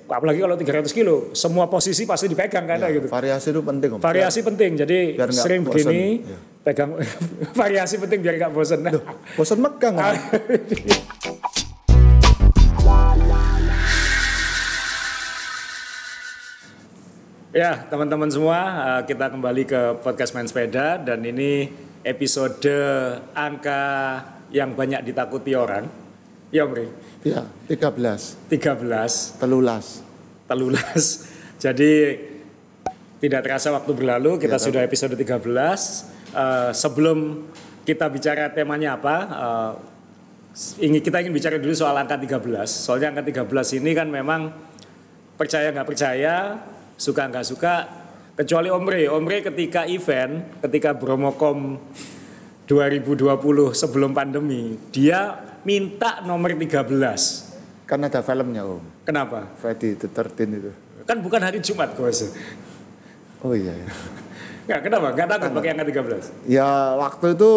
apalagi kalau 300 kilo, semua posisi pasti dipegang kan gitu. Variasi itu penting Om. Variasi penting, jadi sering bosen. begini, pegang variasi penting biar nggak bosan. Bosan megang kan? Ya teman-teman semua, kita kembali ke podcast Main Sepeda dan ini episode angka yang banyak ditakuti orang. Ya Omri? Ya, 13. Telulas. Jadi tidak terasa waktu berlalu, kita sudah episode 13. Sebelum kita bicara temanya apa, kita ingin bicara dulu soal angka 13. Soalnya angka 13 ini kan memang percaya nggak percaya, suka nggak suka, kecuali Omri ketika Bromocom 2020 sebelum pandemi, dia minta nomor 13. Kan ada filmnya Om. Kenapa? Friday the 13 itu. Kan bukan hari Jumat Bos. Oh iya. Nggak, kenapa? Nggak takut pakai angka 13? Ya waktu itu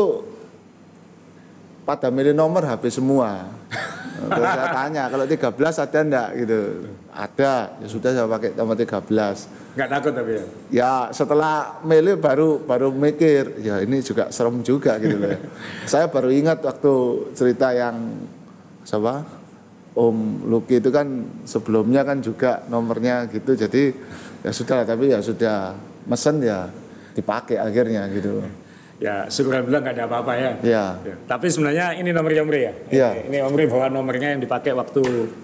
pada milih nomor HP semua. Terus saya tanya, kalau 13 ada enggak gitu? Ada, ya sudah saya pakai nomor 13. Nggak takut tapi ya? Ya setelah milih baru mikir, ya ini juga serem juga gitu loh. Saya baru ingat waktu cerita yang siapa? Om Luki itu kan sebelumnya kan juga nomornya gitu, jadi ya sudah, tapi ya sudah mesen ya dipakai akhirnya gitu. Ya syukur bilang nggak ada apa-apa ya. Ya. Tapi sebenarnya ini nomornya Omri ya. Ya. Ini Omri bawa nomornya yang dipakai waktu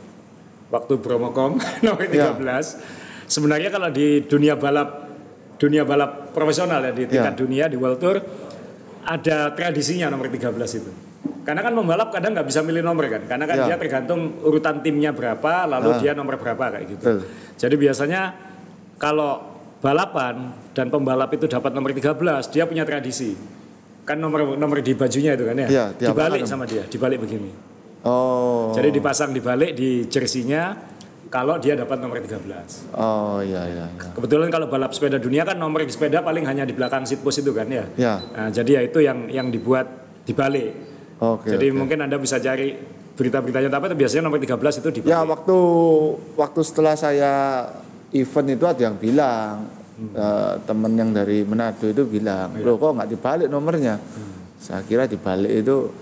Bromocom nomor 13. Ya. Sebenarnya kalau di dunia balap profesional ya, di tingkat dunia, di World Tour ada tradisinya nomor 13 itu. Karena kan pembalap kadang nggak bisa milih nomor kan, karena kan dia tergantung urutan timnya berapa, lalu dia nomor berapa kayak gitu. Jadi biasanya kalau balapan dan pembalap itu dapat nomor 13, dia punya tradisi. Kan nomor di bajunya itu kan ya, dibalik sama dia, dibalik begini. Oh. Jadi dipasang dibalik di jersinya kalau dia dapat nomor 13. Oh iya. Kebetulan kalau balap sepeda dunia kan nomor di sepeda paling hanya di belakang seat post itu kan ya. Nah, jadi ya itu yang dibuat dibalik. Jadi mungkin Anda bisa cari berita-beritanya, tapi biasanya nomor 13 itu dibalik. Ya waktu setelah saya event itu ada yang bilang, temen yang dari Manado itu bilang, loh kok nggak dibalik nomornya? Saya kira dibalik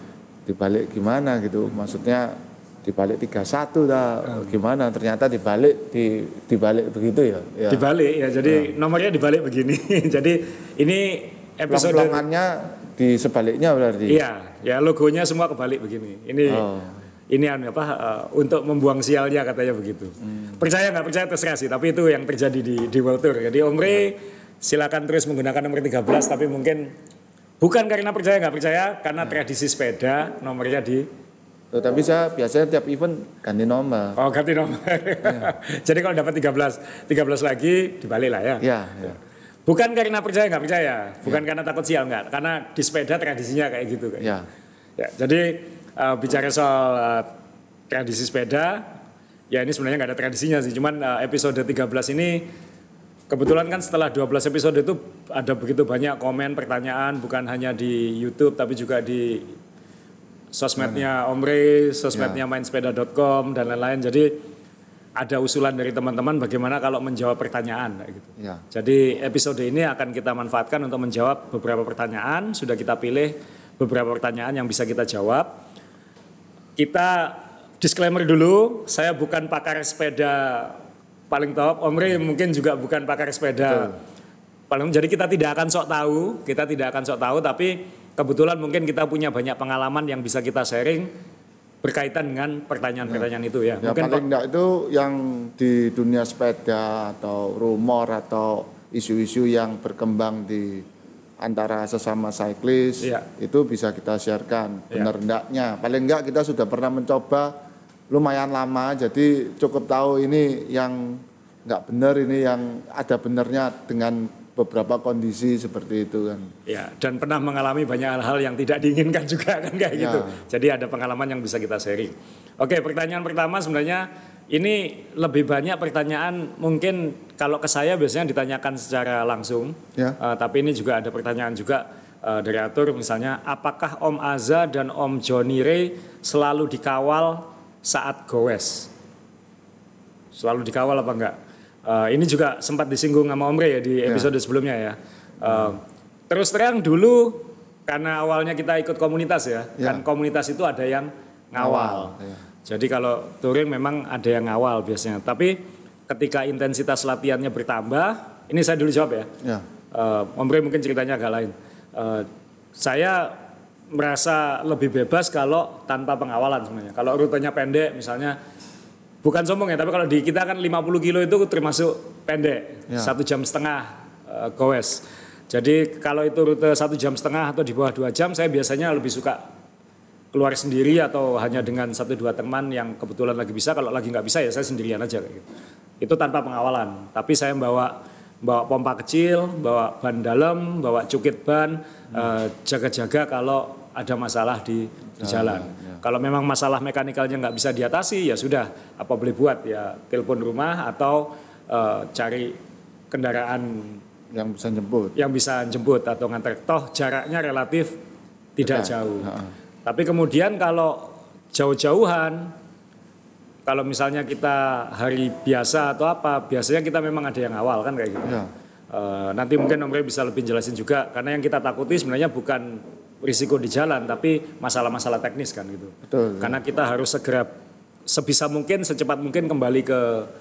gimana gitu, maksudnya dibalik 31 gimana, ternyata dibalik begitu ya. Dibalik ya, jadi nomornya dibalik begini. Jadi ini episode pelongannya di sebaliknya berarti. Iya, ya logonya semua kebalik begini. Ini untuk membuang sialnya katanya begitu. Percaya nggak percaya terserah sih, tapi itu yang terjadi di World Tour. Jadi Omri silakan terus menggunakan nomor 13, tapi mungkin bukan karena percaya nggak percaya, karena tradisi sepeda nomornya tapi saya biasanya tiap event ganti nomor. Oh, ganti nomor. Ya. Jadi kalau dapat 13 lagi dibalik lah ya. Iya. Bukan karena percaya nggak percaya, bukan karena takut sial nggak, karena di sepeda tradisinya kayak gitu kan. Ya, jadi bicara soal tradisi sepeda, ya ini sebenarnya nggak ada tradisinya sih, cuman episode 13 ini kebetulan kan setelah 12 episode itu ada begitu banyak komen, pertanyaan, bukan hanya di YouTube tapi juga di sosmednya Omri, sosmednya mainsepeda.com dan lain-lain. Jadi ada usulan dari teman-teman bagaimana kalau menjawab pertanyaan kayak gitu. Ya. Jadi episode ini akan kita manfaatkan untuk menjawab beberapa pertanyaan. Sudah kita pilih beberapa pertanyaan yang bisa kita jawab. Kita disclaimer dulu, saya bukan pakar sepeda paling top. Omri mungkin juga bukan pakar sepeda paling. Jadi kita tidak akan sok tahu, tapi kebetulan mungkin kita punya banyak pengalaman yang bisa kita sharing berkaitan dengan pertanyaan-pertanyaan itu ya. Mungkin paling enggak itu yang di dunia sepeda atau rumor atau isu-isu yang berkembang di antara sesama cyclist itu bisa kita sharekan benar enggaknya. Paling enggak kita sudah pernah mencoba lumayan lama, jadi cukup tahu ini yang enggak benar, ini yang ada benarnya dengan beberapa kondisi seperti itu kan. Ya, dan pernah mengalami banyak hal-hal yang tidak diinginkan juga kan kayak gitu. Jadi ada pengalaman yang bisa kita sharing. Oke, pertanyaan pertama sebenarnya ini lebih banyak pertanyaan mungkin kalau ke saya biasanya ditanyakan secara langsung. Tapi ini juga ada pertanyaan juga dari Atur misalnya, apakah Om Aza dan Om Johnny Ray selalu dikawal saat goes? selalu dikawal apa enggak. Ini juga sempat disinggung sama Om Rey ya di episode sebelumnya ya. Terus terang dulu karena awalnya kita ikut komunitas ya, kan komunitas itu ada yang ngawal. Jadi kalau touring memang ada yang ngawal biasanya. Tapi ketika intensitas latihannya bertambah, ini saya dulu jawab ya. Om Rey mungkin ceritanya agak lain. Saya merasa lebih bebas kalau tanpa pengawalan sebenarnya. Kalau rutenya pendek misalnya, bukan sombong ya, tapi kalau di kita kan 50 kilo itu termasuk pendek, 1,5 jam goes. Jadi kalau itu rute 1,5 jam atau di bawah 2 jam, saya biasanya lebih suka keluar sendiri atau hanya dengan 1-2 teman yang kebetulan lagi bisa. Kalau lagi nggak bisa ya saya sendirian aja kayak gitu. Itu tanpa pengawalan. Tapi saya bawa pompa kecil, bawa ban dalam, bawa cukit ban, jaga-jaga kalau ada masalah di jalan. Kalau memang masalah mekanikalnya nggak bisa diatasi, ya sudah, apa boleh buat ya telepon rumah atau cari kendaraan yang bisa jemput atau nganter. Toh jaraknya relatif tidak jauh. Tapi kemudian kalau jauh-jauhan, kalau misalnya kita hari biasa atau apa, biasanya kita memang ada yang awal kan kayak gitu. Nanti mungkin Om Rey bisa lebih jelasin juga, karena yang kita takuti sebenarnya bukan risiko di jalan, tapi masalah-masalah teknis kan gitu. Betul. Karena kita harus segera sebisa mungkin, secepat mungkin kembali ke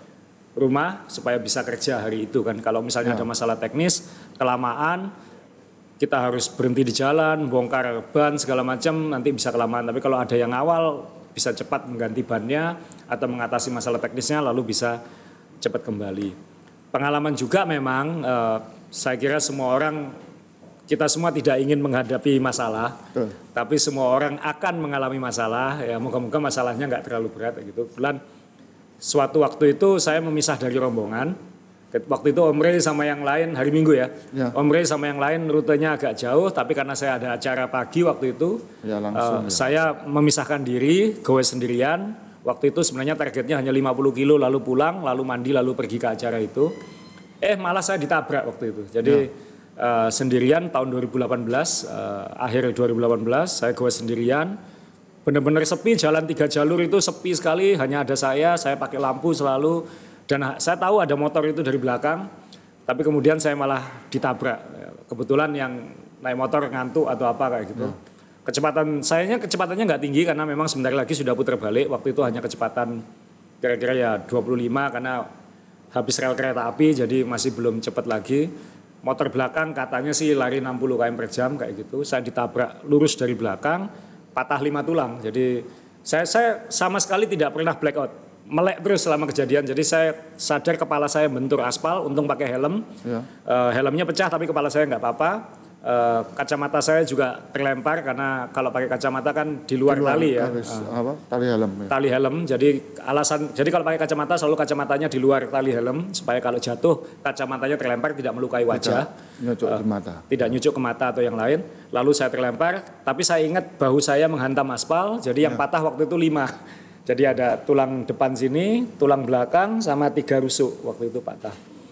rumah supaya bisa kerja hari itu kan. Kalau misalnya ada masalah teknis, kelamaan, kita harus berhenti di jalan, bongkar ban segala macam, nanti bisa kelamaan. Tapi kalau ada yang awal, bisa cepat mengganti bannya atau mengatasi masalah teknisnya, lalu bisa cepat kembali. Pengalaman juga memang, saya kira semua orang, kita semua tidak ingin menghadapi masalah, tapi semua orang akan mengalami masalah. Ya moga-moga masalahnya nggak terlalu berat gitu. Kebetulan suatu waktu itu saya memisah dari rombongan. Waktu itu Om Rey sama yang lain, hari Minggu ya. Om Rey sama yang lain rutenya agak jauh, tapi karena saya ada acara pagi waktu itu, saya memisahkan diri, goes sendirian. Waktu itu sebenarnya targetnya hanya 50 kilo, lalu pulang, lalu mandi, lalu pergi ke acara itu. Malah saya ditabrak waktu itu. Jadi sendirian tahun 2018, akhir 2018 saya goes sendirian. Benar-benar sepi, jalan 3 jalur itu sepi sekali, hanya ada saya pakai lampu selalu, dan saya tahu ada motor itu dari belakang, tapi kemudian saya malah ditabrak. Kebetulan yang naik motor ngantuk atau apa kayak gitu. Kecepatannya nggak tinggi karena memang sebentar lagi sudah putar balik, waktu itu hanya kecepatan kira-kira ya 25 karena habis rel kereta api, jadi masih belum cepat lagi. Motor belakang katanya sih lari 60 km per jam kayak gitu, saya ditabrak lurus dari belakang, patah 5 tulang. Jadi saya sama sekali tidak pernah blackout, melek terus selama kejadian. Jadi saya sadar kepala saya bentur aspal, untung pakai helm. Helmnya pecah tapi kepala saya nggak apa-apa. Kacamata saya juga terlempar karena kalau pakai kacamata kan di luar tali ya. Tali helm. Ya. Tali helm. Jadi kalau pakai kacamata selalu kacamatanya di luar tali helm supaya kalau jatuh kacamatanya terlempar tidak melukai wajah. Tidak nyucuk ke mata atau yang lain. Lalu saya terlempar, tapi saya ingat bahu saya menghantam aspal. Jadi yang patah waktu itu 5. Jadi ada tulang depan sini, tulang belakang sama 3 rusuk waktu itu patah.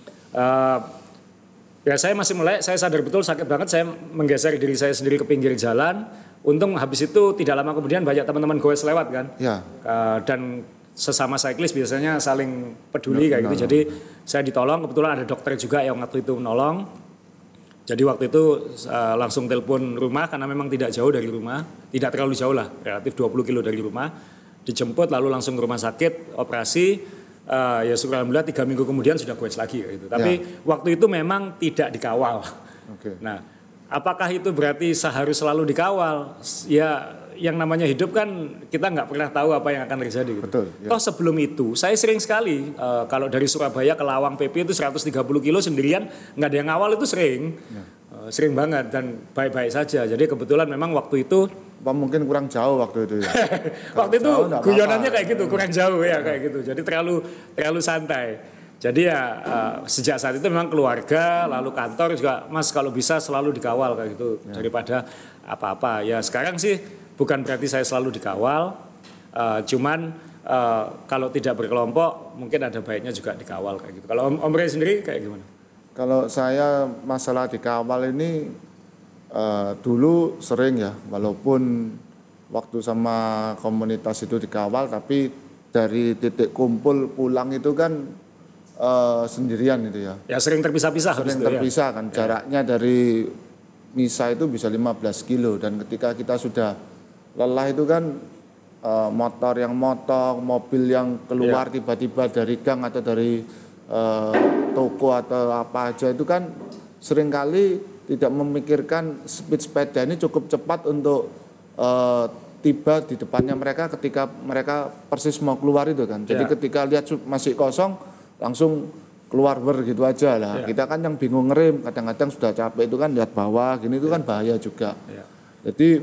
Ya saya masih melek, saya sadar betul sakit banget, saya menggeser diri saya sendiri ke pinggir jalan. Untung habis itu tidak lama kemudian banyak teman-teman goes lewat kan. Dan sesama cyclist biasanya saling peduli kayak gitu. Jadi saya ditolong, kebetulan ada dokter juga yang waktu itu menolong. Jadi waktu itu langsung telepon rumah karena memang tidak jauh dari rumah, tidak terlalu jauh lah, relatif 20 kilo dari rumah. Dijemput lalu langsung ke rumah sakit, operasi. Ya syukur alhamdulillah 3 minggu kemudian sudah goes lagi gitu. Tapi waktu itu memang tidak dikawal. Nah, apakah itu berarti harus selalu dikawal? Ya yang namanya hidup kan kita nggak pernah tahu apa yang akan terjadi. Gitu. Betul. Ya. Toh sebelum itu saya sering sekali kalau dari Surabaya ke Lawang PP itu 130 kilo sendirian nggak ada yang ngawal itu sering. Sering banget dan baik-baik saja. Jadi kebetulan memang waktu itu mungkin kurang jauh waktu itu ya. Waktu itu guyonannya kayak gitu, kurang jauh ya kayak gitu. Jadi terlalu santai. Jadi ya sejak saat itu memang keluarga lalu kantor juga Mas kalau bisa selalu dikawal kayak gitu daripada apa-apa. Ya sekarang sih bukan berarti saya selalu dikawal. Cuman kalau tidak berkelompok mungkin ada baiknya juga dikawal kayak gitu. Kalau Om Rey sendiri kayak gimana? Kalau saya masalah dikawal ini dulu sering ya, walaupun waktu sama komunitas itu dikawal, tapi dari titik kumpul pulang itu kan sendirian itu ya. Ya sering terpisah-pisah. Sering terpisah kan. Jaraknya dari misa itu bisa 15 kilo dan ketika kita sudah lelah itu kan motor yang motong, mobil yang keluar tiba-tiba dari gang atau dari toko atau apa aja itu kan seringkali tidak memikirkan speed sepeda ini cukup cepat untuk tiba di depannya mereka ketika mereka persis mau keluar itu kan. Jadi ketika lihat masih kosong langsung keluar gitu aja lah. Kita kan yang bingung ngerem, kadang-kadang sudah capek itu kan lihat bawah gini itu kan bahaya juga. Jadi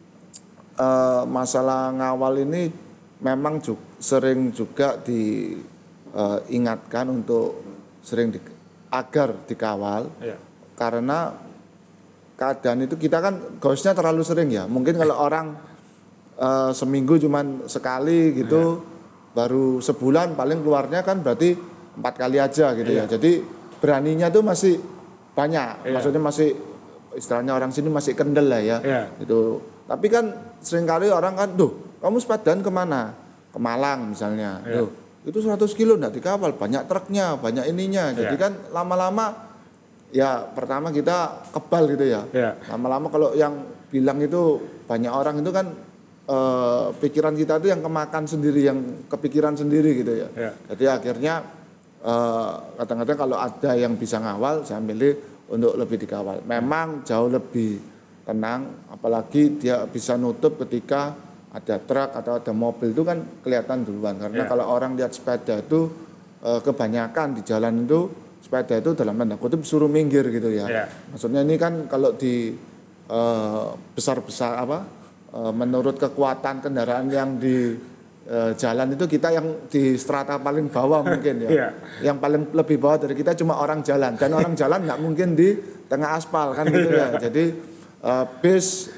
masalah ngawal ini memang sering juga diingatkan untuk agar dikawal karena keadaan itu kita kan ghostnya terlalu sering ya. Mungkin kalau orang seminggu cuman sekali gitu, baru sebulan paling keluarnya kan berarti 4 kali aja gitu ya. Jadi beraninya tuh masih banyak. Maksudnya masih istilahnya orang sini masih kendel lah ya. Gitu. Tapi kan seringkali orang kan, kamu sepedaan kemana? Ke Malang misalnya. Itu 100 kilo enggak dikawal, banyak truknya, banyak ininya. Jadi kan lama-lama ya pertama kita kebal gitu ya. Lama-lama kalau yang bilang itu banyak orang itu kan pikiran kita itu yang kemakan sendiri, yang kepikiran sendiri gitu ya. Jadi akhirnya kadang-kadang kalau ada yang bisa ngawal, saya milih untuk lebih dikawal. Memang jauh lebih tenang, apalagi dia bisa nutup ketika ada truk atau ada mobil itu kan kelihatan duluan. Karena kalau orang lihat sepeda itu kebanyakan di jalan itu sepeda itu dalam tanda kutip suruh minggir gitu ya. Maksudnya ini kan kalau di besar-besar menurut kekuatan kendaraan yang di jalan itu kita yang di strata paling bawah mungkin ya. Yang paling lebih bawah dari kita cuma orang jalan dan orang jalan nggak mungkin di tengah aspal kan gitu ya. Jadi bis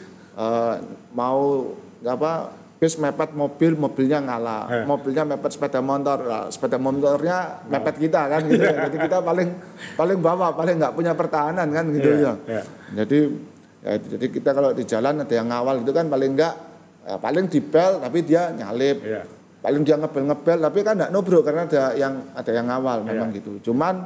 bis mepet mobilnya ngalah, mobilnya mepet sepeda motornya mepet kita kan gitu ya. Jadi kita paling bawah, paling nggak punya pertahanan kan gitu ya. Jadi kita kalau di jalan ada yang ngawal itu kan paling nggak paling dibel tapi dia nyalip, paling dia ngebel tapi kan nggak nubruk karena ada yang ngawal memang gitu. Cuman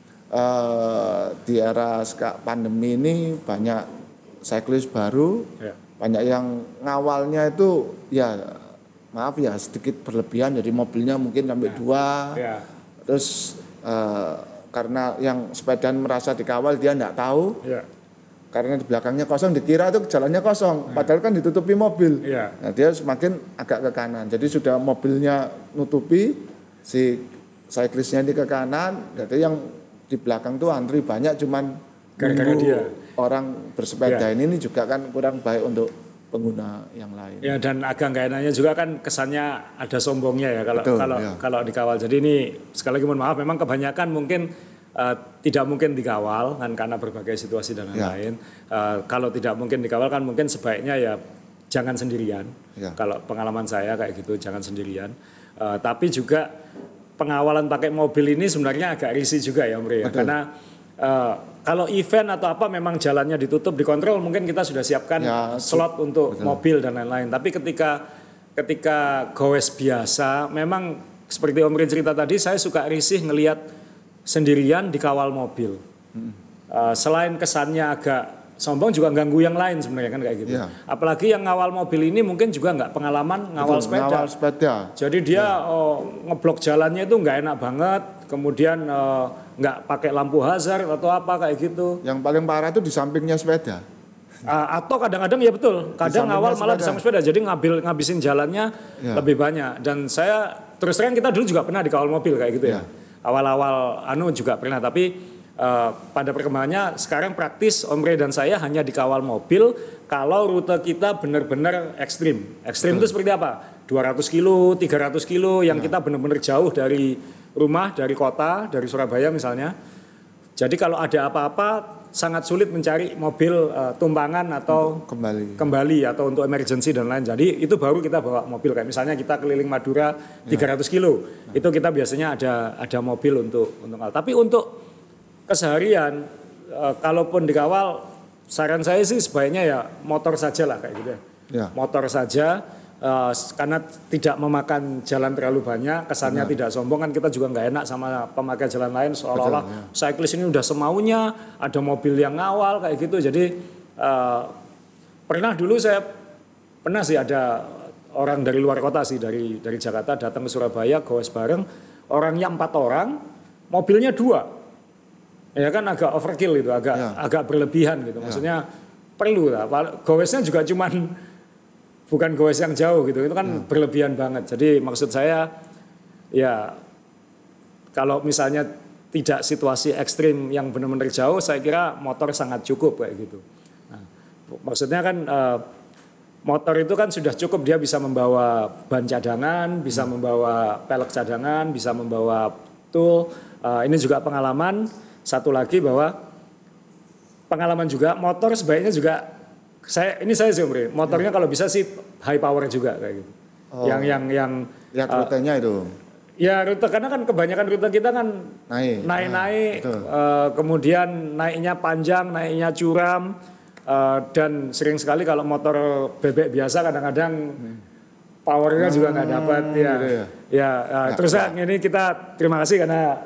di era pandemi ini banyak cyclist baru, banyak yang ngawalnya itu ya maaf ya sedikit berlebihan, jadi mobilnya mungkin sampai 2, terus karena yang sepedaan merasa dikawal dia nggak tahu, karena di belakangnya kosong dikira itu jalannya kosong, padahal kan ditutupi mobil, nah dia semakin agak ke kanan, jadi sudah mobilnya nutupi si cyclistnya ini ke kanan, jadi yang di belakang tuh antri banyak cuman gara-gara dia. Orang bersepeda ini juga kan kurang baik untuk pengguna yang lain. Ya dan agak nggak enaknya juga kan kesannya ada sombongnya ya kalau dikawal. Jadi ini sekali lagi mohon maaf memang kebanyakan mungkin tidak mungkin dikawal kan karena berbagai situasi dan lain-lain. Kalau tidak mungkin dikawal kan mungkin sebaiknya ya jangan sendirian. Kalau pengalaman saya kayak gitu jangan sendirian. Tapi juga pengawalan pakai mobil ini sebenarnya agak risih juga ya Om Rey ya. Karena kalau event atau apa memang jalannya ditutup, dikontrol mungkin kita sudah siapkan slot untuk mobil dan lain-lain. Tapi ketika goes biasa, memang seperti Om Rin cerita tadi, saya suka risih ngelihat sendirian dikawal mobil. Selain kesannya agak sombong juga ganggu yang lain sebenarnya kan kayak gitu. Apalagi yang ngawal mobil ini mungkin juga nggak pengalaman ngawal sepeda. Jadi dia ngeblok jalannya itu nggak enak banget. Kemudian nggak pakai lampu hazard atau apa kayak gitu. Yang paling parah itu di sampingnya sepeda. Atau kadang-kadang ya betul, kadang ngawal malah di samping sepeda. Jadi ngabisin jalannya lebih banyak. Dan saya terus terang kita dulu juga pernah dikawal mobil kayak gitu ya. Awal-awal juga pernah, tapi pada perkembangannya sekarang praktis Om Rey dan saya hanya dikawal mobil kalau rute kita benar-benar ekstrim. Ekstrim itu seperti apa? 200 kilo, 300 kilo yang kita benar-benar jauh dari rumah, dari kota, dari Surabaya misalnya. Jadi kalau ada apa-apa sangat sulit mencari mobil tumpangan atau kembali atau untuk emergency dan lain. Jadi itu baru kita bawa mobil kayak misalnya kita keliling Madura 300 kilo. Itu kita biasanya ada mobil untuk tapi untuk keseharian kalaupun dikawal saran saya sih sebaiknya ya motor saja lah kayak gitu ya. Motor saja karena tidak memakan jalan terlalu banyak, kesannya tidak sombong kan, kita juga nggak enak sama pemakai jalan lain seolah-olah cyclist ini udah semaunya, ada mobil yang ngawal kayak gitu. Jadi pernah sih ada orang dari luar kota sih, dari Jakarta datang ke Surabaya goes bareng, orangnya 4 orang, mobilnya 2. Ya kan agak overkill itu, agak berlebihan gitu. Maksudnya perlu lah, goesnya juga cuman bukan goes yang jauh gitu, itu kan berlebihan banget. Jadi maksud saya ya kalau misalnya tidak situasi ekstrim yang benar-benar jauh, saya kira motor sangat cukup kayak gitu. Nah, maksudnya kan motor itu kan sudah cukup, dia bisa membawa ban cadangan, bisa membawa pelek cadangan, bisa membawa tool. Ini juga pengalaman, satu lagi bahwa pengalaman juga motor sebaiknya juga saya sih Omri, motornya kalau bisa sih high power juga kayak gitu. Yang lihat rutenya itu. Ya rute, karena kan kebanyakan rute kita kan naik, kemudian naiknya panjang, naiknya curam, dan sering sekali kalau motor bebek biasa kadang-kadang powernya juga nggak dapat terus ini kita terima kasih karena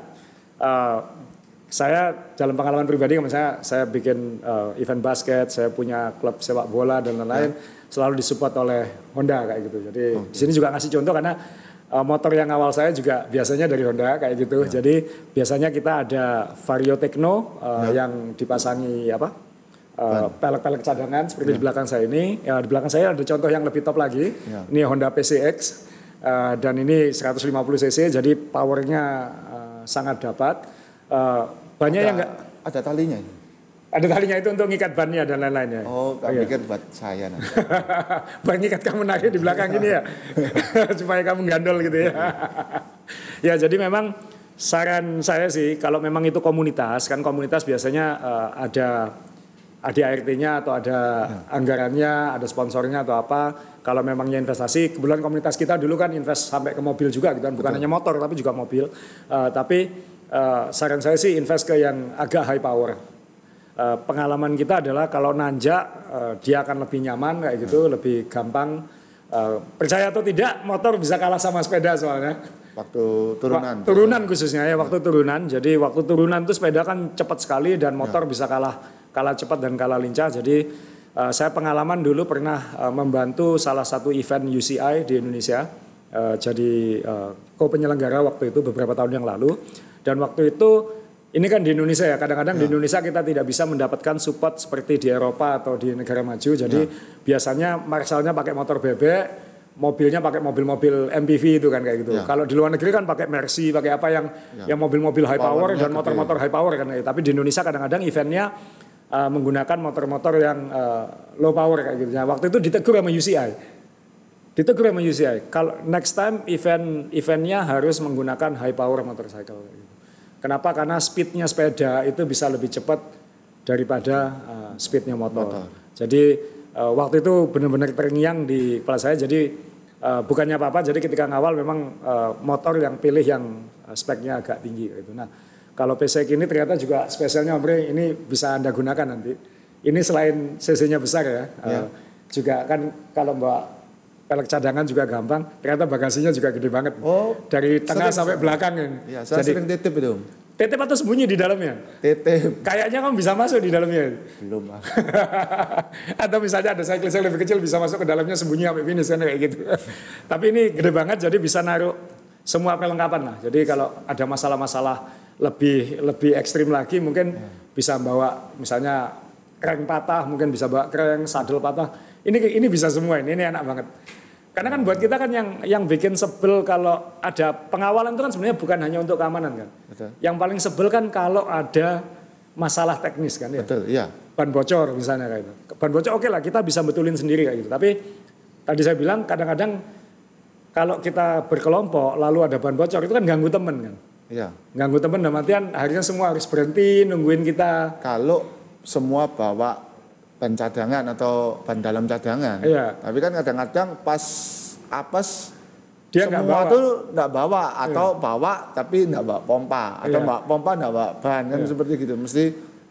saya dalam pengalaman pribadi, saya bikin event basket, saya punya klub sepak bola dan lain-lain, selalu disupport oleh Honda kayak gitu. Jadi di sini juga ngasih contoh karena motor yang awal saya juga biasanya dari Honda kayak gitu. Jadi biasanya kita ada Vario Tekno yang dipasangi pelek-pelek cadangan seperti di belakang saya ini. Di belakang saya ada contoh yang lebih top lagi. Ini Honda PCX dan ini 150 cc, jadi powernya sangat dapat. Banyak yang enggak ada talinya. Ada talinya itu untuk ngikat bannya dan lain-lainnya. Oh, kami pikir buat saya nanti. Ban ngikat kamu naik di belakang ini ya. Supaya kamu gandol gitu ya. Ya, jadi memang saran saya sih kalau memang itu komunitas, kan komunitas biasanya ada ADART-nya atau ada anggarannya, ada sponsornya atau apa. Kalau memangnya investasi, kebetulan komunitas kita dulu kan invest sampai ke mobil juga gitu kan, bukan hanya motor tapi juga mobil. Tapi saran saya sih invest ke yang agak high power. Pengalaman kita adalah kalau nanjak dia akan lebih nyaman kayak gitu, lebih gampang. Percaya atau tidak, motor bisa kalah sama sepeda soalnya. Waktu turunan. Turunan khususnya ya, waktu turunan. Jadi waktu turunan itu sepeda kan cepat sekali dan motor bisa kalah cepat dan kalah lincah. Jadi saya pengalaman dulu pernah membantu salah satu event UCI di Indonesia. Jadi co-penyelenggara waktu itu beberapa tahun yang lalu. Dan waktu itu ini kan di Indonesia ya, kadang-kadang di Indonesia kita tidak bisa mendapatkan support seperti di Eropa atau di negara maju. Jadi biasanya Marshall-nya pakai motor bebek, mobilnya pakai mobil-mobil MPV itu kan kayak gitu. Kalau di luar negeri kan pakai Mercy, pakai apa yang mobil-mobil high power dan motor-motor high power kan. Tapi di Indonesia kadang-kadang eventnya menggunakan motor-motor yang low power kayak gitu. Nah, waktu itu ditegur sama UCI. Kalau next time eventnya harus menggunakan high power motorcycle. Kenapa? Karena speednya sepeda itu bisa lebih cepat daripada speednya motor. Jadi waktu itu benar-benar terngiang di kepala saya. Jadi bukannya apa-apa. Jadi ketika ngawal memang motor yang pilih yang speknya agak tinggi. Gitu. Nah, kalau PCX ini ternyata juga spesialnya Omri, ini bisa Anda gunakan nanti. Ini selain cc-nya besar ya, juga kan kalau bawa pelek cadangan juga gampang, ternyata bagasinya juga gede banget. Dari tengah sampai belakang ini. Ya, saya sering titip itu. Titip atau sembunyi di dalamnya? Titip. Kayaknya kamu bisa masuk di dalamnya. Belum. Atau misalnya ada cyclist yang lebih kecil bisa masuk ke dalamnya sembunyi sampai finish kan kayak gitu. Tapi ini gede banget, jadi bisa naruh semua perlengkapan lah. Jadi kalau ada masalah-masalah lebih ekstrim lagi mungkin bisa bawa misalnya crank patah, mungkin bisa bawa crank, saddle patah. Ini bisa semua ini enak banget. Karena kan buat kita kan yang bikin sebel kalau ada pengawalan itu kan sebenarnya bukan hanya untuk keamanan kan. Betul. Yang paling sebel kan kalau ada masalah teknis kan ya. Betul, iya. Ban bocor misalnya kayak gitu. Ban bocor oke lah kita bisa betulin sendiri kayak gitu. Tapi tadi saya bilang kadang-kadang kalau kita berkelompok lalu ada ban bocor itu kan ganggu temen kan. Iya. Ganggu temen dalam artian akhirnya semua harus berhenti nungguin kita. Kalau semua bawa ban cadangan atau ban dalam cadangan. Iya. Tapi kan kadang-kadang pas apes dia semua tuh nggak bawa atau bawa tapi nggak bawa pompa atau bawa pompa nggak bawa ban kan seperti gitu. Mesti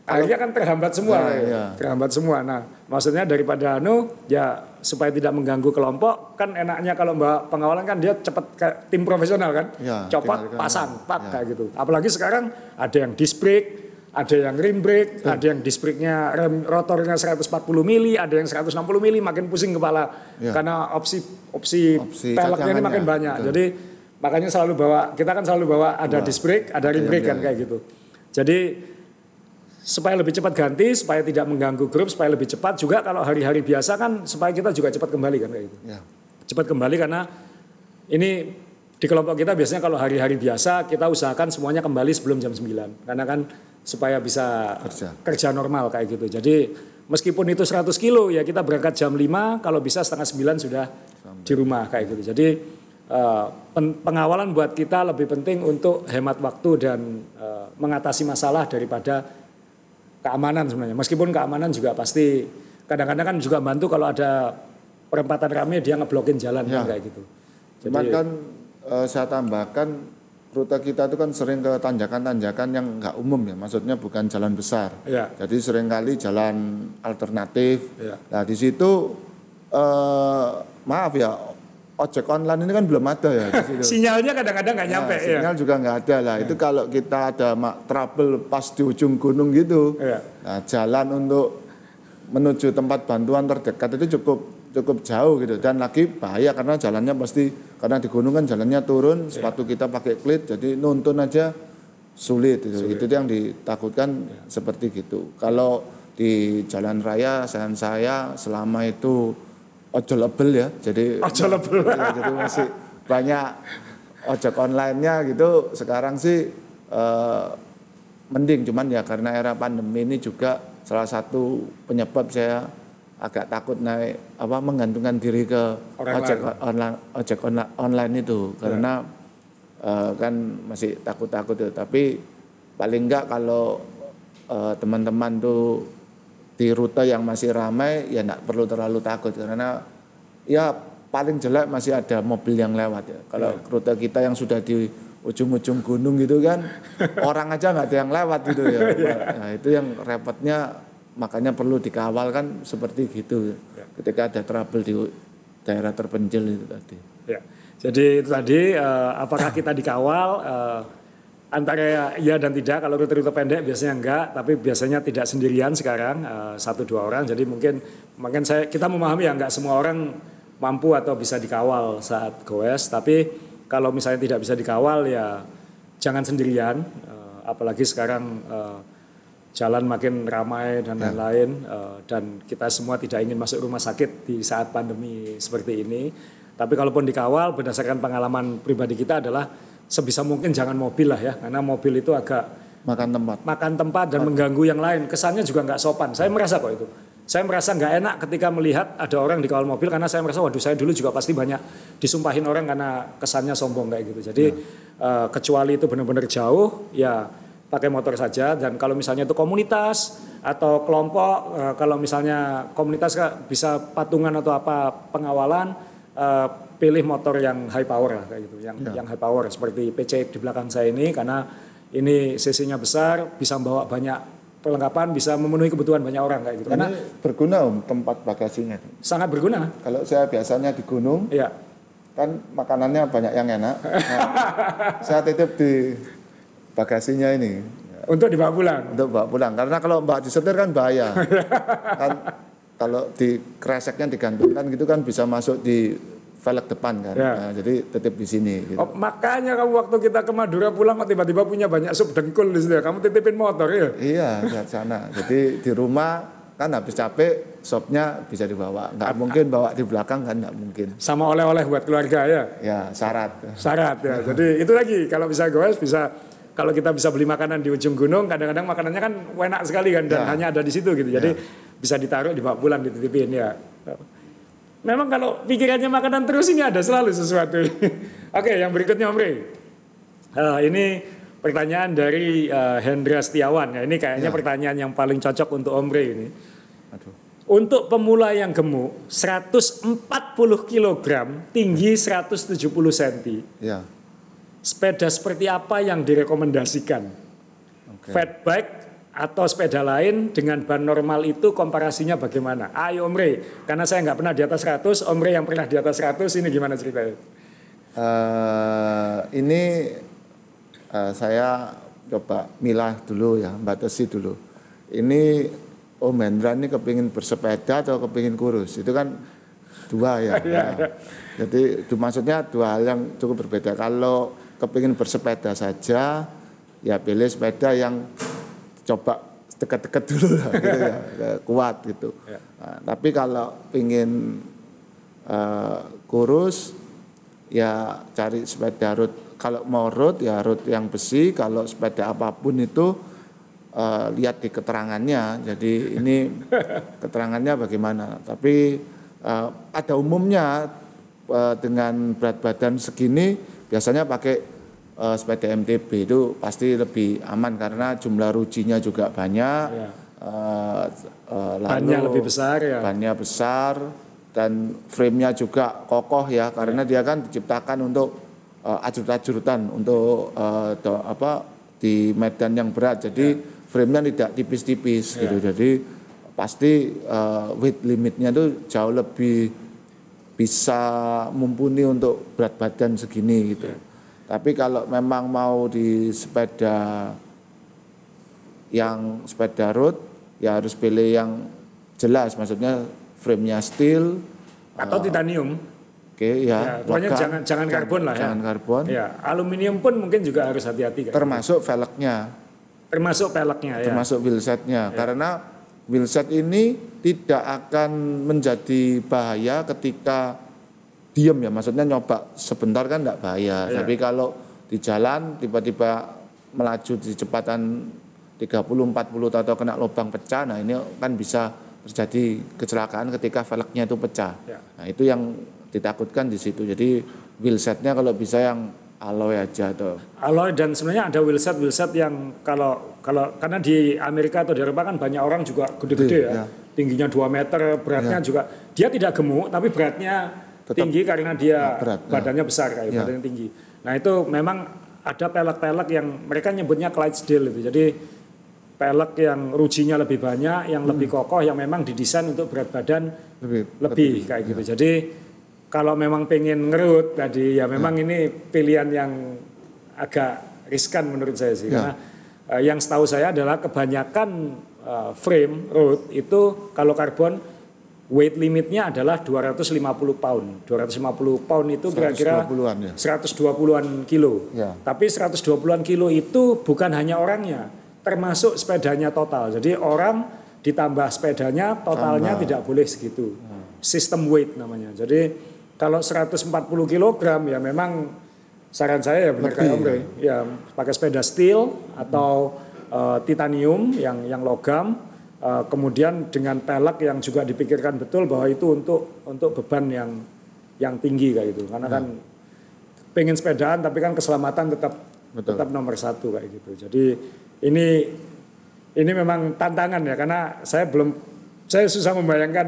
akhirnya kan terhambat semua, terhambat semua. Nah, maksudnya daripada ya supaya tidak mengganggu kelompok, kan enaknya kalau Mbak pengawalan kan dia cepat kayak tim profesional kan, copot, pasang, kayak gitu. Apalagi sekarang ada yang disc brake, ada yang rim brake, ada yang disc brake-nya rem rotornya 140 mili, ada yang 160 mili, makin pusing kepala karena opsi peleknya ini makin banyak. Jadi makanya kita kan selalu bawa ada disc brake, ada rim brake kan kayak gitu. Jadi supaya lebih cepat ganti, supaya tidak mengganggu grup, supaya lebih cepat juga kalau hari-hari biasa kan supaya kita juga cepat kembali kan kayak gitu. Cepat kembali karena ini di kelompok kita biasanya kalau hari-hari biasa kita usahakan semuanya kembali sebelum jam 9. Karena kan supaya bisa kerja normal kayak gitu. Jadi meskipun itu 100 kilo ya kita berangkat jam 5, kalau bisa setengah 9 sudah di rumah kayak gitu. Jadi pengawalan buat kita lebih penting untuk hemat waktu dan mengatasi masalah daripada keamanan sebenarnya. Meskipun keamanan juga pasti kadang-kadang kan juga bantu kalau ada perempatan rame dia ngeblokin jalan kan kayak gitu. Cuman kan saya tambahkan rute kita itu kan sering ke tanjakan-tanjakan yang nggak umum ya, maksudnya bukan jalan besar. Jadi seringkali jalan alternatif. Nah di situ maaf ya, ojek online ini kan belum ada ya di situ. Sinyalnya kadang-kadang nggak nyampe. Sinyal juga nggak ada lah. Itu kalau kita ada trouble pas di ujung gunung gitu, nah, jalan untuk menuju tempat bantuan terdekat itu cukup jauh gitu, dan lagi bahaya karena jalannya pasti, karena di gunung kan jalannya turun, sepatu kita pakai klit, jadi nuntun aja sulit. Itu yang ditakutkan seperti gitu. Kalau di jalan raya saya selama itu ojolable ya, jadi jadi masih banyak ojek online-nya gitu. Sekarang sih mending, cuman ya karena era pandemi ini juga salah satu penyebab saya agak takut menggantungkan diri ke ojek online itu karena kan masih takut-takut itu. Tapi paling enggak kalau teman-teman tuh di rute yang masih ramai ya enggak perlu terlalu takut, karena ya paling jelek masih ada mobil yang lewat ya. Kalau rute kita yang sudah di ujung-ujung gunung gitu kan orang aja nggak ada yang lewat gitu ya. Nah itu yang repotnya, makanya perlu dikawal kan seperti gitu ketika ada trouble di daerah terpencil itu tadi. Jadi itu tadi apakah kita dikawal antara ya dan tidak. Kalau rute-rute pendek biasanya enggak, tapi biasanya tidak sendirian sekarang, 1-2 orang. Jadi mungkin kita memahami ya enggak semua orang mampu atau bisa dikawal saat goes, tapi kalau misalnya tidak bisa dikawal ya jangan sendirian, apalagi sekarang jalan makin ramai dan lain-lain, dan kita semua tidak ingin masuk rumah sakit di saat pandemi seperti ini. Tapi kalaupun dikawal, berdasarkan pengalaman pribadi kita adalah sebisa mungkin jangan mobil lah ya, karena mobil itu agak makan tempat dan mengganggu yang lain. Kesannya juga nggak sopan. Saya merasa kok itu. Saya merasa nggak enak ketika melihat ada orang dikawal mobil, karena saya merasa waduh, saya dulu juga pasti banyak disumpahin orang karena kesannya sombong kayak gitu. Jadi kecuali itu benar-benar jauh ya pakai motor saja. Dan kalau misalnya itu komunitas atau kelompok, kalau misalnya komunitas bisa patungan atau apa pengawalan, pilih motor yang high power lah kayak gitu, yang high power seperti PC di belakang saya ini, karena ini cc-nya besar, bisa membawa banyak perlengkapan, bisa memenuhi kebutuhan banyak orang kayak gitu. Ini karena berguna tempat bagasinya. Sangat berguna. Kalau saya biasanya di gunung, kan makanannya banyak yang enak. Nah, saya titip di bagasinya ini. Untuk dibawa pulang. Untuk bawa pulang, karena kalau mbak disetir kan bahaya. Kan kalau di kreseknya digantungkan gitu kan bisa masuk di velg depan kan. Nah, jadi titip di sini gitu. Oh, makanya kamu waktu kita ke Madura pulang kok tiba-tiba punya banyak sup dengkul di situ. Kamu titipin motor ya? Iya, di sana. Jadi di rumah kan habis capek, sopnya bisa dibawa. Nggak mungkin bawa di belakang kan, nggak mungkin. Sama oleh-oleh buat keluarga ya? Ya, syarat ya. Jadi itu lagi, kalau bisa goes, kalau kita bisa beli makanan di ujung gunung, kadang-kadang makanannya kan enak sekali kan, dan hanya ada di situ gitu. Jadi bisa ditaruh, dibawa pulang, dititipin ya. Memang kalau pikirannya makanan terus ini ada selalu sesuatu. Oke, yang berikutnya Om Rey. Ini pertanyaan dari Hendra Setiawan. Ya, ini kayaknya pertanyaan yang paling cocok untuk Om Rey ini. Untuk pemula yang gemuk, 140 kg, tinggi 170 cm. Sepeda seperti apa yang direkomendasikan? Fat bike atau sepeda lain dengan ban normal itu komparasinya bagaimana? Ayo Om Rey, karena saya nggak pernah di atas 100, Om Rey yang pernah di atas 100 ini gimana ceritanya? Saya coba milah dulu ya, batasi dulu. Ini Om Hendra ini kepingin bersepeda atau kepingin kurus? Itu kan dua ya. Jadi itu maksudnya dua hal yang cukup berbeda. Kalau kepingin bersepeda saja, ya pilih sepeda yang coba dekat-dekat dulu lah, gitu ya, kuat gitu. Nah, tapi kalau pingin kurus, ya cari sepeda road. Kalau mau road ya road yang besi. Kalau sepeda apapun itu lihat di keterangannya. Jadi ini keterangannya bagaimana. Tapi ada umumnya dengan berat badan segini biasanya pakai sepeda MTB itu pasti lebih aman karena jumlah rujinya juga banyak. Bannya lebih besar ya. Bannya besar. Dan frame-nya juga kokoh ya karena dia kan diciptakan untuk ajrut-ajrutan untuk di medan yang berat. Jadi frame-nya tidak tipis-tipis gitu. Jadi pasti weight limitnya itu jauh lebih bisa mumpuni untuk berat badan segini gitu. Tapi kalau memang mau di sepeda road ya harus pilih yang jelas, maksudnya frame-nya steel atau titanium. Oke ya. Pokoknya jangan karbon lah ya. Jangan karbon. Ya, aluminium pun mungkin juga harus hati-hati. Termasuk velgnya. Termasuk peleknya ya. Termasuk wheelsetnya. Karena wheelset ini tidak akan menjadi bahaya ketika diam ya. Maksudnya nyoba sebentar kan enggak bahaya. Tapi kalau di jalan tiba-tiba melaju di kecepatan 30-40 atau kena lubang pecah, nah ini kan bisa terjadi kecelakaan ketika velgnya itu pecah. Nah itu yang ditakutkan di situ. Jadi wheelsetnya kalau bisa yang alloy aja atau alloy. Dan sebenarnya ada wheelset yang kalau karena di Amerika atau di Eropa kan banyak orang juga gede-gede ya. Tingginya 2 meter, beratnya juga dia tidak gemuk tapi beratnya tetap tinggi karena dia badannya besar kayak badannya tinggi. Nah itu memang ada pelek-pelek yang mereka nyebutnya Clydesdale itu. Jadi pelek yang rujinya lebih banyak, yang lebih kokoh, yang memang didesain untuk berat badan lebih kayak gitu. Jadi kalau memang pengen ngerut tadi ya memang ini pilihan yang agak riskan menurut saya sih. Karena yang setahu saya adalah kebanyakan frame road itu kalau karbon weight limitnya adalah 250 pound. 250 pound itu kira-kira 120-an kilo. Tapi 120-an kilo itu bukan hanya orangnya, termasuk sepedanya total. Jadi orang ditambah sepedanya totalnya tidak boleh segitu. System weight namanya. Jadi kalau 140 kg ya memang saran saya ya benar kayak Om Rey. Ya pakai sepeda steel atau titanium yang logam. Kemudian dengan pelek yang juga dipikirkan betul bahwa itu untuk beban yang tinggi kayak gitu. Karena kan pengen sepedaan tapi kan keselamatan tetap nomor 1 kayak gitu. Jadi ini memang tantangan ya karena saya susah membayangkan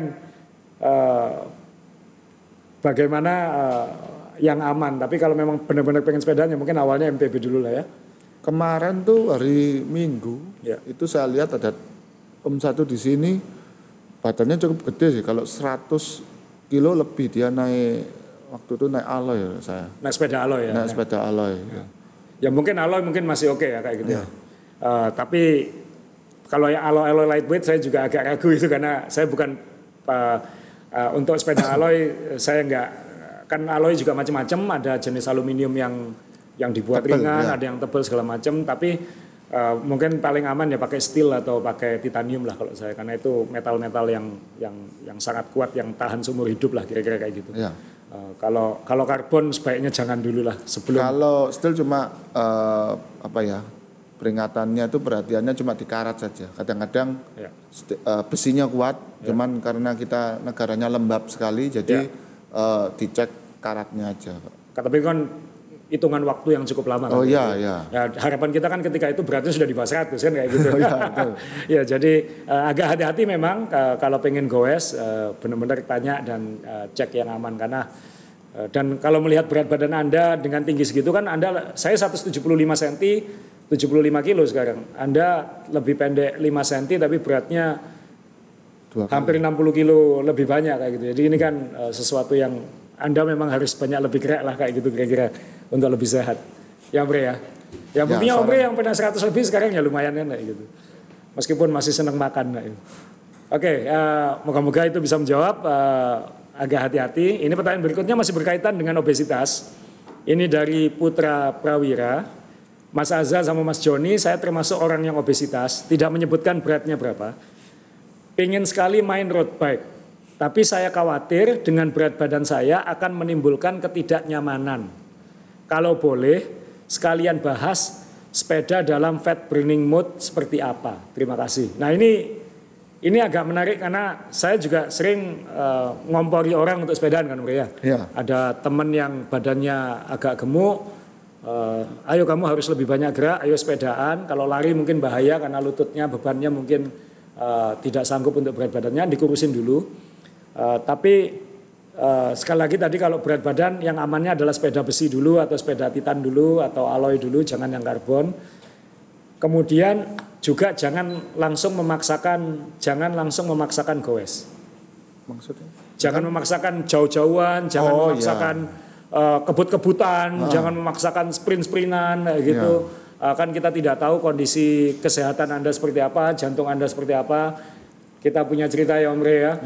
bagaimana yang aman. Tapi kalau memang benar-benar pengen sepedanya mungkin awalnya MTB dulu lah ya. Kemarin tuh hari Minggu itu saya lihat ada Om satu di sini badannya cukup gede sih. Kalau 100 kilo lebih dia naik waktu itu naik alloy ya saya. Naik sepeda alloy ya. Naik sepeda alloy. Ya mungkin alloy mungkin masih oke ya kayak gitu. Tapi kalau yang alloy lightweight saya juga agak ragu itu karena saya bukan untuk sepeda alloy saya enggak, kan alloy juga macam-macam, ada jenis aluminium yang dibuat tebal, ringan, ada yang tebal segala macam, tapi mungkin paling aman ya pakai steel atau pakai titanium lah kalau saya, karena itu metal-metal yang sangat kuat, yang tahan seumur hidup lah kira-kira kayak gitu. Kalau karbon sebaiknya jangan dulu lah sebelum. Kalau steel cuma peringatannya itu perhatiannya cuma di karat saja. Kadang-kadang besinya kuat, cuman karena kita negaranya lembab sekali, jadi dicek karatnya aja. Tapi kan hitungan waktu yang cukup lama. Ya, harapan kita kan ketika itu beratnya sudah di bawah 100 kan kayak gitu. Ya, jadi agak hati-hati memang kalau pengen goes benar-benar tanya dan cek yang aman karena Dan kalau melihat berat badan Anda dengan tinggi segitu kan saya 175 cm, 75 kilo sekarang. Anda lebih pendek 5 cm tapi beratnya hampir 60 kilo lebih banyak kayak gitu. Jadi ini kan sesuatu yang Anda memang harus banyak lebih gerak lah kayak gitu kira-kira untuk lebih sehat. Ya Om Bre ya. Yang buktinya Om Bre yang pernah 100 lebih sekarang ya lumayan kan kayak gitu. Meskipun masih senang makan kayak gitu. Oke, moga-moga itu bisa menjawab. Agak hati-hati. Ini pertanyaan berikutnya masih berkaitan dengan obesitas. Ini dari Putra Prawira. Mas Azza sama Mas Joni, saya termasuk orang yang obesitas, tidak menyebutkan beratnya berapa. Pengen sekali main road bike, tapi saya khawatir dengan berat badan saya akan menimbulkan ketidaknyamanan. Kalau boleh, sekalian bahas sepeda dalam fat burning mode seperti apa. Terima kasih. Nah ini agak menarik karena saya juga sering ngompori orang untuk sepedaan kan, ya. Ada teman yang badannya agak gemuk, ayo kamu harus lebih banyak gerak, ayo sepedaan. Kalau lari mungkin bahaya karena lututnya, bebannya mungkin tidak sanggup untuk berat badannya, dikurusin dulu. Tapi sekali lagi tadi kalau berat badan yang amannya adalah sepeda besi dulu atau sepeda titan dulu atau alloy dulu, jangan yang karbon. Kemudian juga jangan langsung memaksakan goes. Maksudnya? Jangan memaksakan jauh-jauhan, jangan memaksakan kebut-kebutan, jangan memaksakan sprint-sprintan gitu. Kan kita tidak tahu kondisi kesehatan Anda seperti apa, jantung Anda seperti apa. Kita punya cerita ya Om Re ya.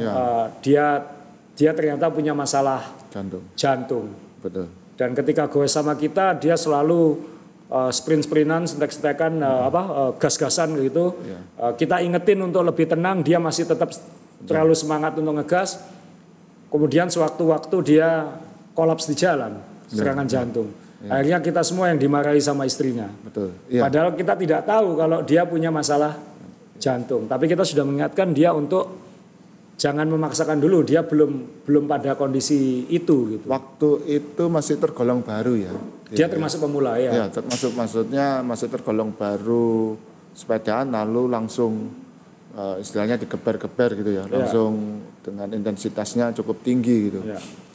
Dia ternyata punya masalah jantung. Betul. Dan ketika goes sama kita, dia selalu sprint-sprintan, sentek-sentekan, gas-gasan gitu. Kita ingetin untuk lebih tenang, dia masih tetap terlalu semangat untuk ngegas. Kemudian sewaktu-waktu dia kolaps di jalan, serangan jantung. Akhirnya kita semua yang dimarahi sama istrinya. Betul. Padahal kita tidak tahu kalau dia punya masalah jantung. Tapi kita sudah mengingatkan dia untuk jangan memaksakan dulu, dia belum pada kondisi itu gitu. Waktu itu masih tergolong baru ya. Dia termasuk pemula ya. Ya, maksudnya masih tergolong baru sepedaan lalu langsung istilahnya digeber-geber gitu ya. Langsung dengan intensitasnya cukup tinggi gitu.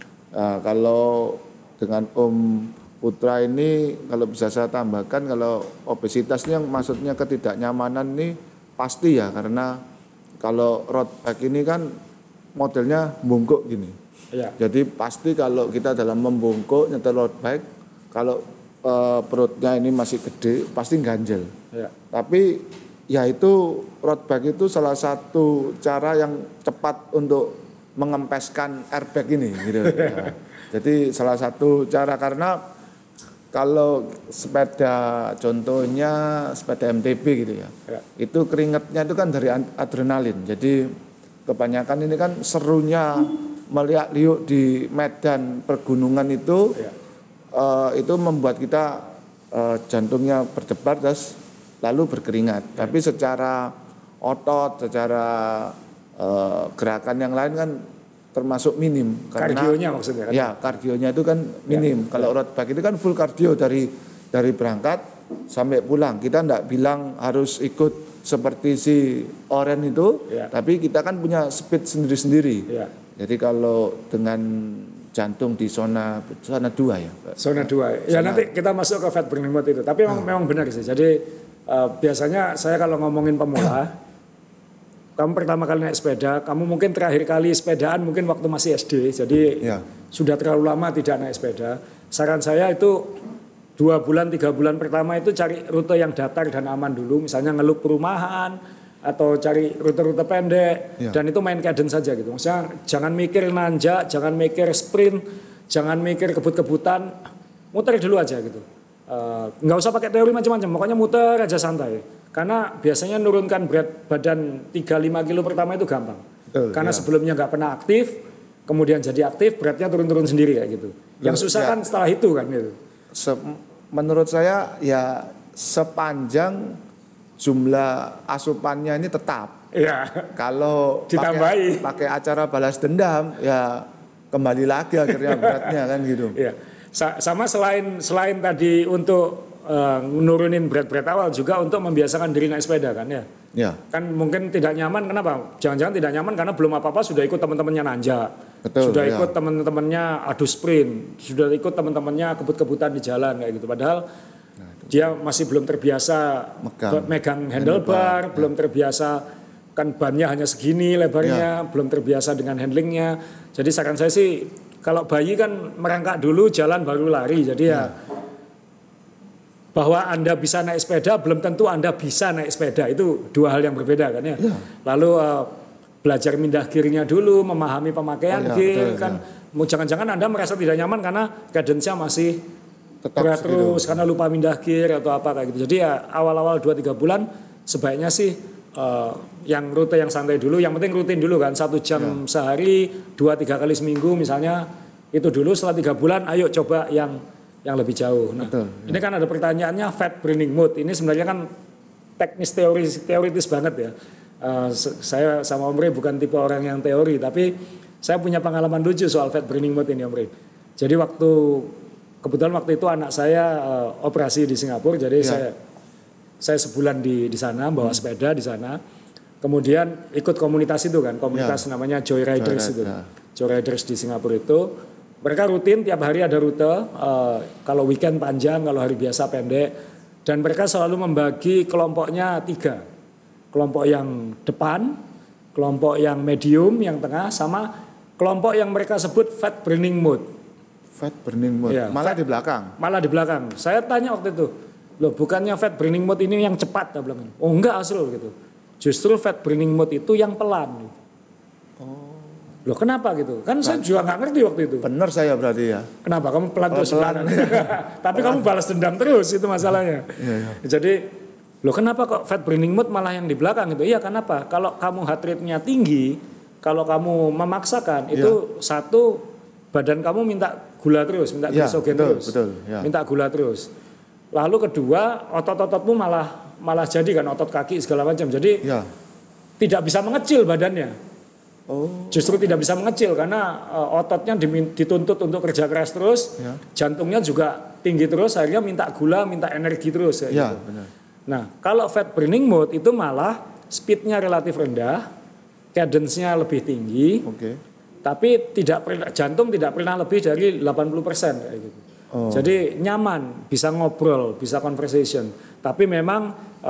Kalau dengan Om Putra ini kalau bisa saya tambahkan kalau obesitas ini yang maksudnya ketidaknyamanan ini pasti ya karena kalau road bike ini kan modelnya bungkuk gini. Jadi pasti kalau kita dalam membungkuk nyetel road bike kalau perutnya ini masih gede pasti ganjel. Tapi ya itu road bike itu salah satu cara yang cepat untuk mengempeskan airbag ini gitu. Jadi salah satu cara karena kalau sepeda contohnya sepeda MTB gitu ya. Itu keringatnya itu kan dari adrenalin. Jadi kebanyakan ini kan serunya meliak-liuk di medan pergunungan itu membuat kita jantungnya berdebar terus lalu berkeringat. Tapi secara otot, secara gerakan yang lain kan termasuk minim. Kardionya maksudnya kan? Ya, kardionya itu kan minim. Kalau road bike itu kan full kardio dari berangkat sampai pulang. Kita enggak bilang harus ikut seperti si Oren itu, tapi kita kan punya speed sendiri-sendiri. Jadi kalau dengan jantung di zona 2 ya. Zona 2. Ya nanti kita masuk ke fat burning mode itu. Tapi memang benar sih. Jadi biasanya saya kalau ngomongin pemula, kamu pertama kali naik sepeda, kamu mungkin terakhir kali sepedaan mungkin waktu masih SD, jadi sudah terlalu lama tidak naik sepeda. Saran saya itu 2 bulan, 3 bulan pertama itu cari rute yang datar dan aman dulu, misalnya ngelup perumahan atau cari rute-rute pendek dan itu main cadence saja gitu. Maksudnya jangan mikir nanjak, jangan mikir sprint, jangan mikir kebut-kebutan, muter dulu aja gitu. Nggak usah pakai teori macam-macam, pokoknya muter aja santai. Karena biasanya nurunkan berat badan 3-5 kilo pertama itu gampang. Karena sebelumnya nggak pernah aktif, kemudian jadi aktif, beratnya turun-turun sendiri kayak gitu. Yang susah kan setelah itu kan gitu. Menurut saya ya sepanjang jumlah asupannya ini tetap. Kalau ditambahi pakai acara balas dendam ya kembali lagi akhirnya beratnya kan gitu. Sama selain tadi untuk nurunin berat-berat awal juga untuk membiasakan diri naik sepeda kan ya. Kan mungkin tidak nyaman, kenapa? Jangan-jangan tidak nyaman karena belum apa-apa sudah ikut teman-temannya nanjak. Betul, sudah ikut teman-temannya adu sprint, sudah ikut teman-temannya kebut-kebutan di jalan kayak gitu. Padahal dia masih belum terbiasa megang handlebar, belum terbiasa kan bannya hanya segini lebarnya, belum terbiasa dengan handlingnya. Jadi saran saya sih kalau bayi kan merangkak dulu jalan baru lari. Jadi ya bahwa Anda bisa naik sepeda belum tentu Anda bisa naik sepeda, itu dua hal yang berbeda kan ya. Lalu belajar mindah gearnya dulu, memahami pemakaian gear kan. Jangan-jangan Anda merasa tidak nyaman karena cadence-nya masih berat terus karena lupa mindah gear atau apa kayak gitu. Jadi ya awal-awal 2-3 bulan sebaiknya sih yang rute yang santai dulu, yang penting rutin dulu kan, 1 jam sehari, 2-3 kali seminggu misalnya, itu dulu. Setelah 3 bulan ayo coba yang lebih jauh. Nah, ini kan ada pertanyaannya fat burning mode. Ini sebenarnya kan teknis teoritis banget ya. Saya sama Om Rey bukan tipe orang yang teori, tapi saya punya pengalaman lucu soal fat burning mode ini Om Rey. Jadi kebetulan waktu itu anak saya operasi di Singapura, jadi saya sebulan di sana bawa sepeda di sana. Kemudian ikut komunitas itu kan, komunitas namanya Joyriders itu. Joyriders di Singapura itu. Mereka rutin tiap hari ada rute, kalau weekend panjang, kalau hari biasa pendek. Dan mereka selalu membagi kelompoknya 3. Kelompok yang depan, kelompok yang medium, yang tengah, sama kelompok yang mereka sebut fat burning mode. Fat burning mode, malah di belakang? Malah di belakang. Saya tanya waktu itu, loh bukannya fat burning mode ini yang cepat? Dia bilang, oh enggak Asrul gitu. Justru fat burning mode itu yang pelan. Loh kenapa gitu? Kan saya juga nggak ngerti waktu itu. Bener saya berarti ya. Kenapa kamu pelan terus? Tapi kamu balas dendam terus, itu masalahnya. Jadi, loh kenapa kok fat burning mode malah yang di belakang itu? Iya kenapa? Kalau kamu heart rate-nya tinggi, kalau kamu memaksakan, itu satu, badan kamu minta gula terus, minta glycogen terus. Minta gula terus. Lalu kedua, otot-ototmu malah jadi kan, otot kaki segala macam. Jadi tidak bisa mengecil badannya. Justru tidak bisa mengecil karena ototnya dituntut untuk kerja keras terus, jantungnya juga tinggi terus, akhirnya minta gula, minta energi terus. Gitu. Benar. Nah, kalau fat burning mode itu malah speednya relatif rendah, cadence-nya lebih tinggi, tapi jantung tidak pernah lebih dari 80% kayak gitu. Jadi nyaman, bisa ngobrol, bisa conversation, tapi memang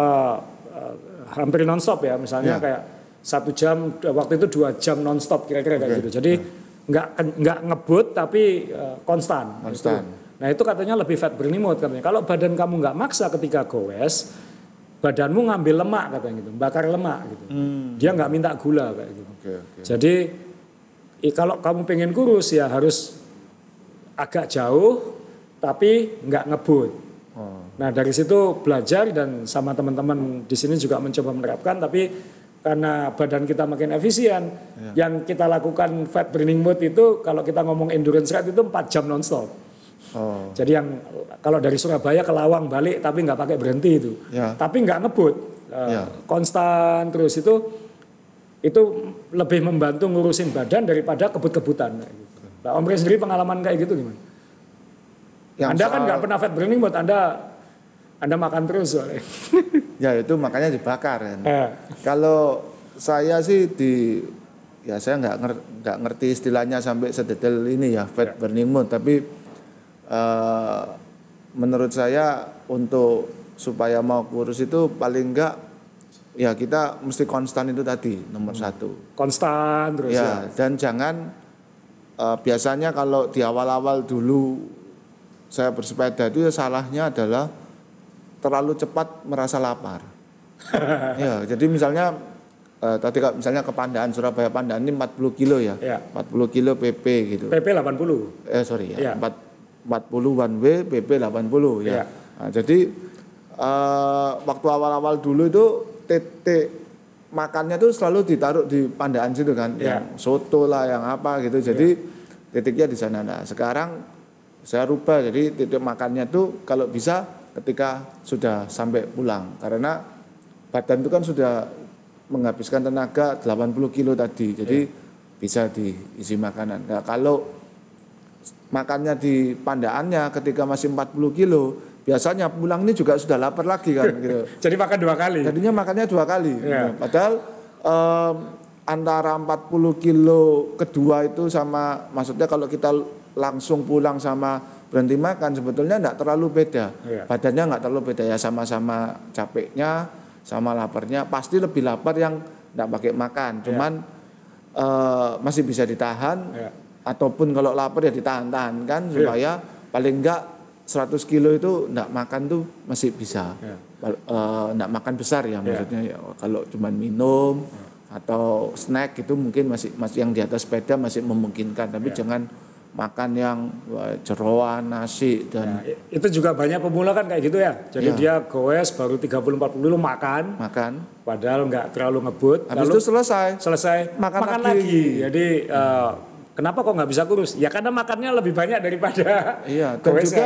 hampir non-stop ya, misalnya kayak 1 jam, waktu itu 2 jam non-stop kira-kira kayak gitu. Jadi nggak ngebut tapi konstan. Gitu. Nah itu katanya lebih fat burning mode katanya. Kalau badan kamu nggak maksa ketika goes, badanmu ngambil lemak katanya gitu, bakar lemak gitu. Dia nggak minta gula kayak gitu. Jadi kalau kamu pengen kurus ya harus agak jauh tapi nggak ngebut. Nah dari situ belajar dan sama teman-teman di sini juga mencoba menerapkan, tapi karena badan kita makin efisien, yang kita lakukan fat burning mode itu kalau kita ngomong endurance rate itu 4 jam nonstop. Jadi yang kalau dari Surabaya ke Lawang balik tapi nggak pakai berhenti itu, tapi nggak ngebut, konstan terus itu lebih membantu ngurusin badan daripada kebut-kebutan. Nah, Om Rey sendiri pengalaman kayak gitu gimana? Anda kan nggak pernah fat burning mode, Anda makan terus soalnya. Ya itu makanya dibakar kan. Kalau saya sih saya nggak ngerti istilahnya sampai sedetail ini ya fat burning mode, tapi menurut saya untuk supaya mau kurus itu paling enggak ya kita mesti konstan itu tadi nomor 1. Konstan terus ya. Dan jangan biasanya kalau di awal-awal dulu saya bersepeda itu ya salahnya adalah terlalu cepat merasa lapar. Jadi misalnya tadi misalnya ke Pandaan, Surabaya Pandaan ini 40 kilo ya. 40 kilo PP gitu. PP 80. 40 one way, PP 80 ya. Nah, jadi waktu awal-awal dulu itu titik makannya tuh selalu ditaruh di Pandaan situ kan, yang soto lah, yang apa gitu. Jadi titiknya di sana. Nah, sekarang saya rubah jadi titik makannya tuh kalau bisa ketika sudah sampai pulang, karena badan itu kan sudah menghabiskan tenaga 80 kilo tadi, jadi bisa diisi makanan. Nah, kalau makannya di Pandaannya ketika masih 40 kilo, biasanya pulang ini juga sudah lapar lagi kan gitu. Jadi makan 2 kali. Jadinya makannya 2 kali. Nah, padahal antara 40 kilo kedua itu sama, maksudnya kalau kita langsung pulang sama berhenti makan sebetulnya enggak terlalu beda. Badannya enggak terlalu beda ya, sama-sama capeknya, sama laparnya. Pasti lebih lapar yang enggak pakai makan. Cuman masih bisa ditahan, ataupun kalau lapar ya ditahan-tahan kan, supaya paling enggak 100 kilo itu enggak makan tuh masih bisa. Enggak makan besar ya maksudnya ya. Kalau cuman minum atau snack itu mungkin masih yang di atas sepeda masih memungkinkan, tapi jangan makan yang jeroan, nasi dan itu juga banyak pemula kan kayak gitu ya. Jadi dia goes baru 30-40 kilo makan. Padahal nggak terlalu ngebut. Habis itu selesai makan lagi. Jadi kenapa kok nggak bisa kurus? Ya karena makannya lebih banyak daripada dan juga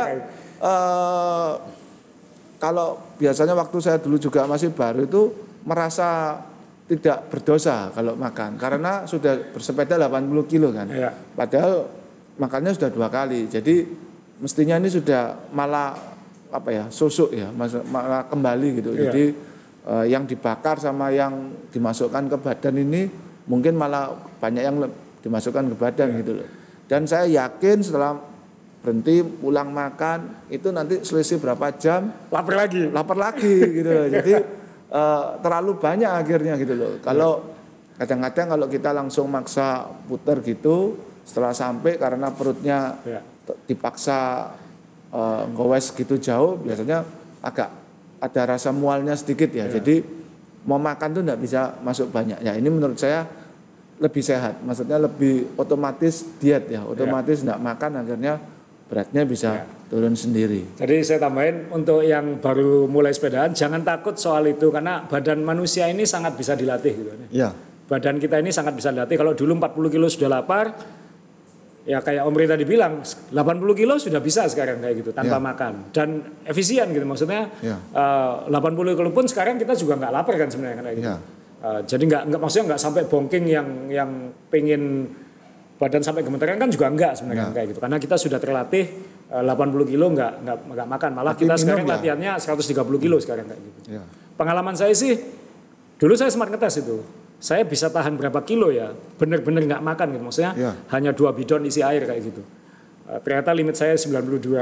kalau biasanya waktu saya dulu juga masih baru itu merasa tidak berdosa kalau makan karena sudah bersepeda 80 kilo kan. Padahal makannya sudah 2 kali. Jadi mestinya ini sudah malah susuk ya, malah kembali gitu. Jadi yang dibakar sama yang dimasukkan ke badan ini mungkin malah banyak yang dimasukkan ke badan gitu loh. Dan saya yakin setelah berhenti pulang makan itu nanti selisih berapa jam lapar lagi gitu loh. Jadi terlalu banyak akhirnya gitu loh. Kalau kadang-kadang kalau kita langsung maksa putar gitu, setelah sampai karena perutnya dipaksa gowes gitu jauh, biasanya agak ada rasa mualnya sedikit ya. Jadi mau makan tuh enggak bisa masuk banyak. Ya ini menurut saya lebih sehat, maksudnya lebih otomatis diet ya, otomatis enggak makan akhirnya beratnya bisa turun sendiri. Jadi saya tambahin untuk yang baru mulai sepedaan jangan takut soal itu karena badan manusia ini sangat bisa dilatih gitu. Badan kita ini sangat bisa dilatih. Kalau dulu 40 kilo sudah lapar, ya kayak Om Ri tadi bilang 80 kilo sudah bisa sekarang kayak gitu tanpa makan dan efisien gitu maksudnya. 80 kilo pun sekarang kita juga nggak lapar kan sebenarnya kayak gitu. Jadi nggak maksudnya nggak sampai bongking yang pengen badan sampai gemeteran kan juga enggak sebenarnya kayak gitu karena kita sudah terlatih 80 kilo enggak makan, malah kita sekarang latihannya 130 kilo sekarang kayak gitu. Pengalaman saya sih dulu saya sempat ngetes itu, saya bisa tahan berapa kilo ya bener-bener enggak makan gitu, maksudnya hanya 2 bidon isi air kayak gitu. Ternyata limit saya 92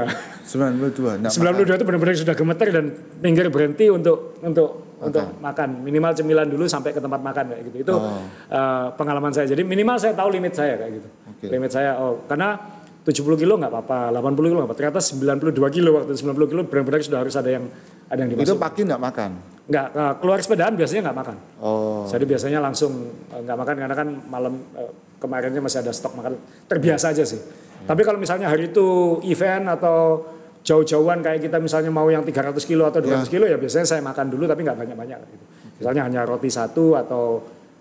itu benar-benar sudah gemeter dan pinggir berhenti untuk makan. Minimal cemilan dulu sampai ke tempat makan kayak gitu. Itu pengalaman saya. Jadi minimal saya tahu limit saya kayak gitu. Limit saya karena 70 kilo nggak apa-apa, 80 kilo nggak apa-apa. Ternyata 92 kilo waktu 90 kilo benar-benar sudah harus ada yang dimasuk. Itu pagi nggak makan? Nggak, keluar sepedaan biasanya nggak makan. Jadi biasanya langsung nggak makan karena kan malam kemarinnya masih ada stok makan. Terbiasa aja sih. Tapi kalau misalnya hari itu event atau jauh-jauhan kayak kita misalnya mau yang 300 kilo atau 200 kilo ya biasanya saya makan dulu tapi nggak banyak-banyak gitu. Misalnya hanya roti satu atau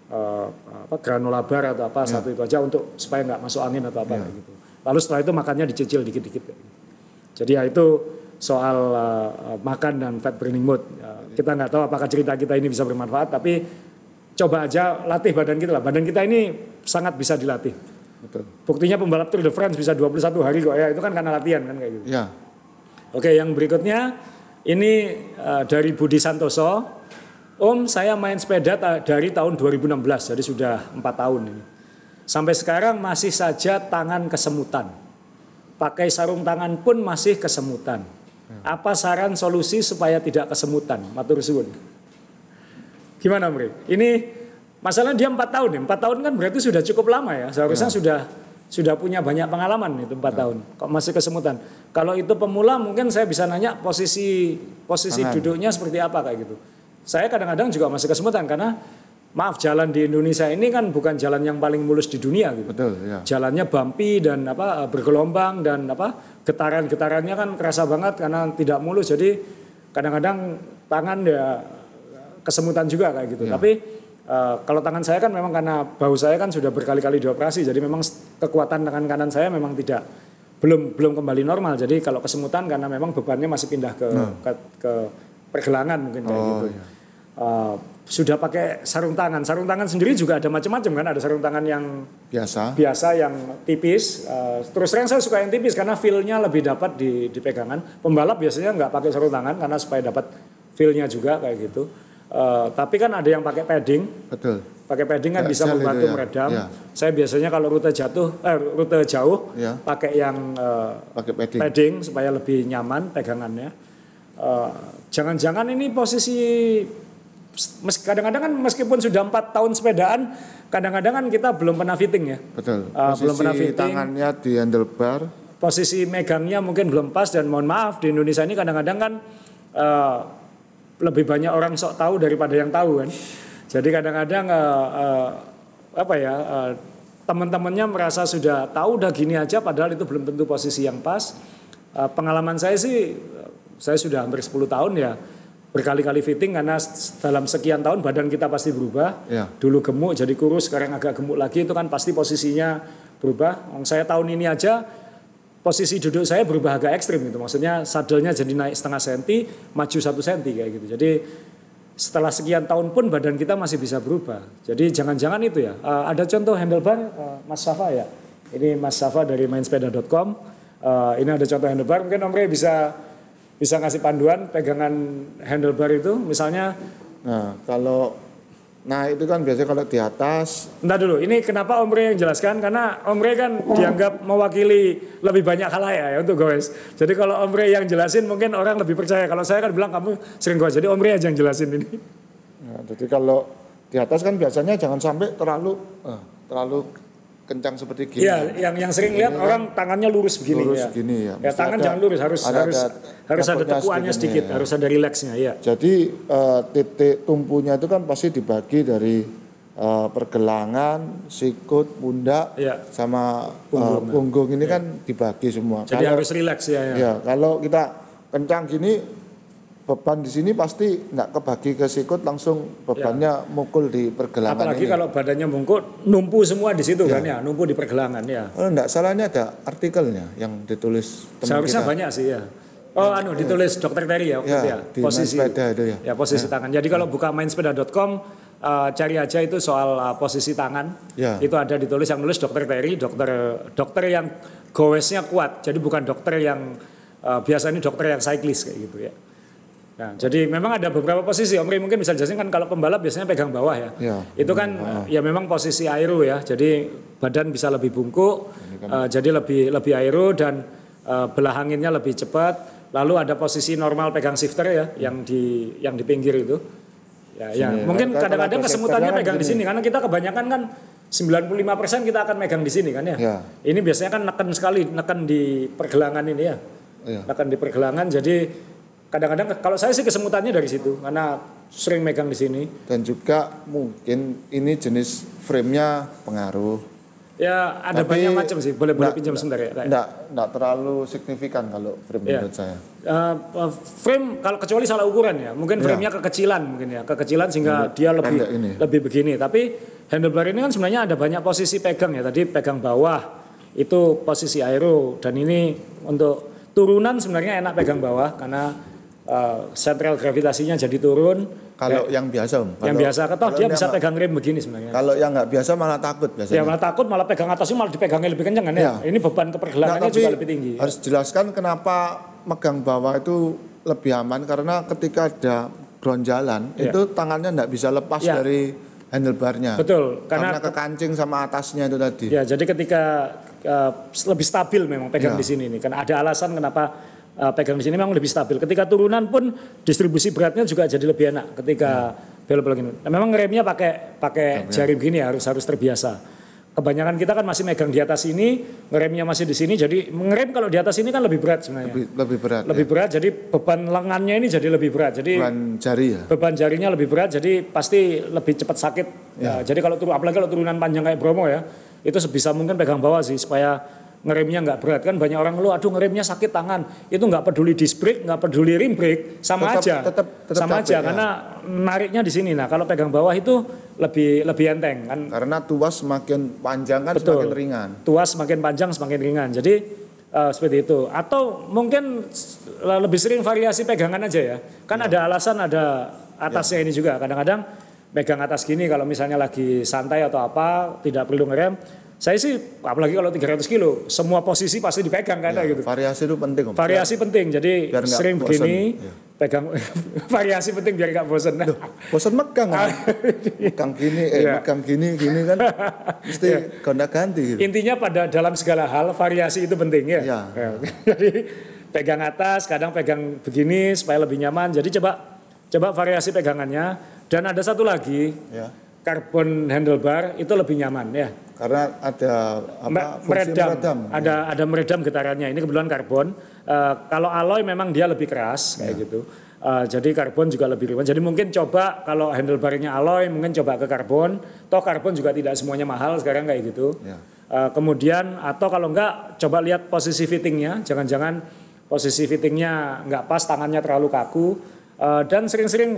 granola bar atau apa satu itu aja untuk supaya nggak masuk angin atau apa gitu. Lalu setelah itu makannya dicicil dikit-dikit. Jadi ya itu soal makan dan fat burning mode. Kita nggak tahu apakah cerita kita ini bisa bermanfaat tapi coba aja latih badan kita lah. Badan kita ini sangat bisa dilatih. Betul. Buktinya pembalap Tour de France bisa 21 hari kok ya, itu kan karena latihan kan kayak gitu. Oke, yang berikutnya ini dari Budi Santoso. Om, saya main sepeda dari tahun 2016, jadi sudah 4 tahun ini. Sampai sekarang masih saja tangan kesemutan. Pakai sarung tangan pun masih kesemutan. Apa saran solusi supaya tidak kesemutan? Matur suwun. Gimana, Mri? Ini masalahnya dia 4 tahun ya. 4 tahun kan berarti sudah cukup lama ya. Seharusnya sudah punya banyak pengalaman itu 4 tahun. Kok masih kesemutan? Kalau itu pemula mungkin saya bisa nanya posisi duduknya seperti apa kayak gitu. Saya kadang-kadang juga masih kesemutan karena maaf jalan di Indonesia ini kan bukan jalan yang paling mulus di dunia gitu. Betul, ya. Jalannya bumpy dan bergelombang dan getaran-getarannya kan kerasa banget karena tidak mulus. Jadi kadang-kadang tangan ya kesemutan juga kayak gitu. Tapi kalau tangan saya kan memang karena bahu saya kan sudah berkali-kali dioperasi, jadi memang kekuatan tangan kanan saya memang belum kembali normal. Jadi kalau kesemutan karena memang bebannya masih pindah ke pergelangan mungkin kayak gitu. Sudah pakai sarung tangan. Sarung tangan sendiri juga ada macam-macam kan. Ada sarung tangan yang biasa yang tipis. Terus terang saya suka yang tipis karena feel-nya lebih dapat di pegangan. Pembalap biasanya nggak pakai sarung tangan karena supaya dapat feel-nya juga kayak gitu. Tapi kan ada yang pakai padding. Betul. Pakai padding kan bisa membantu meredam. Saya biasanya kalau rute jauh pakai yang pakai padding supaya lebih nyaman pegangannya. Jangan-jangan ini posisi kadang-kadang kan meskipun sudah 4 tahun sepedaan, kadang-kadang kan kita belum pernah fitting ya. Betul. Belum pernah fitting. Tangannya di handlebar. Posisi megangnya mungkin belum pas, dan mohon maaf di Indonesia ini kadang-kadang kan lebih banyak orang sok tahu daripada yang tahu kan. Jadi kadang-kadang teman-temannya merasa sudah tahu udah gini aja, padahal itu belum tentu posisi yang pas. Pengalaman saya sih, saya sudah hampir 10 tahun ya berkali-kali fitting, karena dalam sekian tahun badan kita pasti berubah. Dulu gemuk jadi kurus, sekarang agak gemuk lagi, itu kan pasti posisinya berubah. Saya tahun ini aja posisi duduk saya berubah agak ekstrim gitu, maksudnya sadelnya jadi naik setengah senti, maju 1 senti kayak gitu. Jadi setelah sekian tahun pun badan kita masih bisa berubah. Jadi jangan-jangan itu ya. Ada contoh handlebar Mas Safa ya. Ini Mas Safa dari mainsepeda.com. Ini ada contoh handlebar. Mungkin Om Rey bisa ngasih panduan pegangan handlebar itu. Misalnya. Nah itu kan biasanya kalau di atas. Bentar dulu. Ini kenapa Om Rey yang jelaskan? Karena Om Rey kan dianggap mewakili lebih banyak khalayak ya untuk goes. Jadi kalau Om Rey yang jelasin mungkin orang lebih percaya. Kalau saya kan bilang kamu sering goes. Jadi Om Rey aja yang jelasin ini. Nah, jadi kalau di atas kan biasanya jangan sampai terlalu kencang seperti gini. Iya, yang sering lihat orang tangannya lurus begini. Lurus gini ya. Tangan jangan lurus, harus ada tekuannya sedikit, harus ada rileksnya ya. Jadi titik tumpunya itu kan pasti dibagi dari pergelangan, sikut, pundak, sama punggung ini kan dibagi semua. Jadi harus rileks ya. Ya, kalau kita kencang gini, beban di sini pasti nggak kebagi ke sikut, langsung bebannya mukul di pergelangan. Apalagi ini. Kalau badannya bungkuk, numpu semua di situ kan ya, numpu di pergelangan ya. Kalau nggak salahnya ada artikelnya yang ditulis teman seharusnya kita. Banyak sih ya. Ditulis Dr. Terry ya, di posisi sepeda itu ya. Ya posisi tangan. Jadi kalau buka mainsepeda.com cari aja itu soal posisi tangan. Itu ada ditulis, yang nulis Dr. Terry, dokter yang goesnya kuat. Jadi bukan dokter yang biasanya dokter yang cyclist kayak gitu ya. Nah, jadi memang ada beberapa posisi. Om Rey mungkin bisa jelasin kan, kalau pembalap biasanya pegang bawah ya. Itu kan ya memang posisi aero ya. Jadi badan bisa lebih bungkuk, jadi lebih aero, dan belah anginnya lebih cepat. Lalu ada posisi normal pegang shifter ya, yang di pinggir itu. Ya. Mungkin kadang-kadang kesemutannya pegang di sini, karena kita kebanyakan kan 95% kita akan megang di sini kan ya. Ini biasanya kan neken di pergelangan ini ya. Neken di pergelangan, jadi kadang-kadang kalau saya sih kesemutannya dari situ, karena sering megang di sini. Dan juga mungkin ini jenis frame-nya pengaruh. Ya ada banyak macam sih, boleh pinjam sebentar ya. Enggak terlalu signifikan kalau frame menurut saya. Frame kalau kecuali salah ukuran ya, mungkin frame-nya kekecilan sehingga dia lebih begini. Tapi handlebar ini kan sebenarnya ada banyak posisi pegang ya. Tadi pegang bawah itu posisi aero, dan ini untuk turunan sebenarnya enak pegang bawah karena sentral gravitasinya jadi turun. Kalau yang biasa yang biasa dia bisa pegang rem begini sebenarnya. Kalau yang nggak biasa malah takut biasanya. Ya malah takut, malah pegang atasnya malah dipegangnya lebih kencang kan ya. Ini beban ke pergelangannya juga lebih tinggi. Harus jelaskan kenapa megang bawah itu lebih aman, karena ketika ada gronjalan itu tangannya nggak bisa lepas dari handlebarnya. Betul, karena kekancing sama atasnya itu tadi. Ya, jadi ketika lebih stabil memang pegang di sini nih. Kan ada alasan kenapa pegang di sini memang lebih stabil. Ketika turunan pun distribusi beratnya juga jadi lebih enak ketika belok begini. Nah, memang ngeremnya pakai jari begini ya, harus terbiasa. Kebanyakan kita kan masih megang di atas ini, ngeremnya masih di sini, jadi ngerem kalau di atas ini kan lebih berat sebenarnya. Lebih berat, jadi beban lengannya ini jadi lebih berat. Jadi beban jarinya lebih berat, jadi pasti lebih cepat sakit. Ya, jadi apalagi kalau turunan panjang kayak Bromo ya, itu sebisa mungkin pegang bawah sih supaya ngeremnya nggak berat. Kan banyak orang ngeluh, aduh ngeremnya sakit tangan. Itu nggak peduli disc brake, nggak peduli rim brake, sama aja karena nariknya di sini. Nah kalau pegang bawah itu lebih enteng kan. Karena tuas semakin panjang kan semakin ringan. Tuas semakin panjang semakin ringan. Jadi seperti itu. Atau mungkin lebih sering variasi pegangan aja ya. Kan ada alasan, ada atasnya ini juga. Kadang-kadang pegang atas gini kalau misalnya lagi santai atau apa, tidak perlu ngerem. Saya sih apalagi kalau 300 kilo, semua posisi pasti dipegang kan gitu. Variasi itu penting. Variasi penting, jadi sering begini, pegang variasi penting biar nggak bosan. Bosan megang kan? Megang gini, megang gini kan, mesti gonta-ganti. Gitu. Intinya pada dalam segala hal variasi itu penting ya. Jadi pegang atas, kadang pegang begini supaya lebih nyaman. Jadi coba variasi pegangannya. Dan ada satu lagi. Karbon handlebar itu lebih nyaman ya. Karena ada meredam. Ada meredam getarannya. Ini kebetulan karbon. Kalau alloy memang dia lebih keras kayak gitu. Jadi karbon juga lebih ringan. Jadi mungkin coba kalau handlebarnya alloy, mungkin coba ke karbon. Toh karbon juga tidak semuanya mahal sekarang kayak gitu. Kemudian atau kalau enggak coba lihat posisi fittingnya. Jangan-jangan posisi fittingnya enggak pas, tangannya terlalu kaku. Dan sering-sering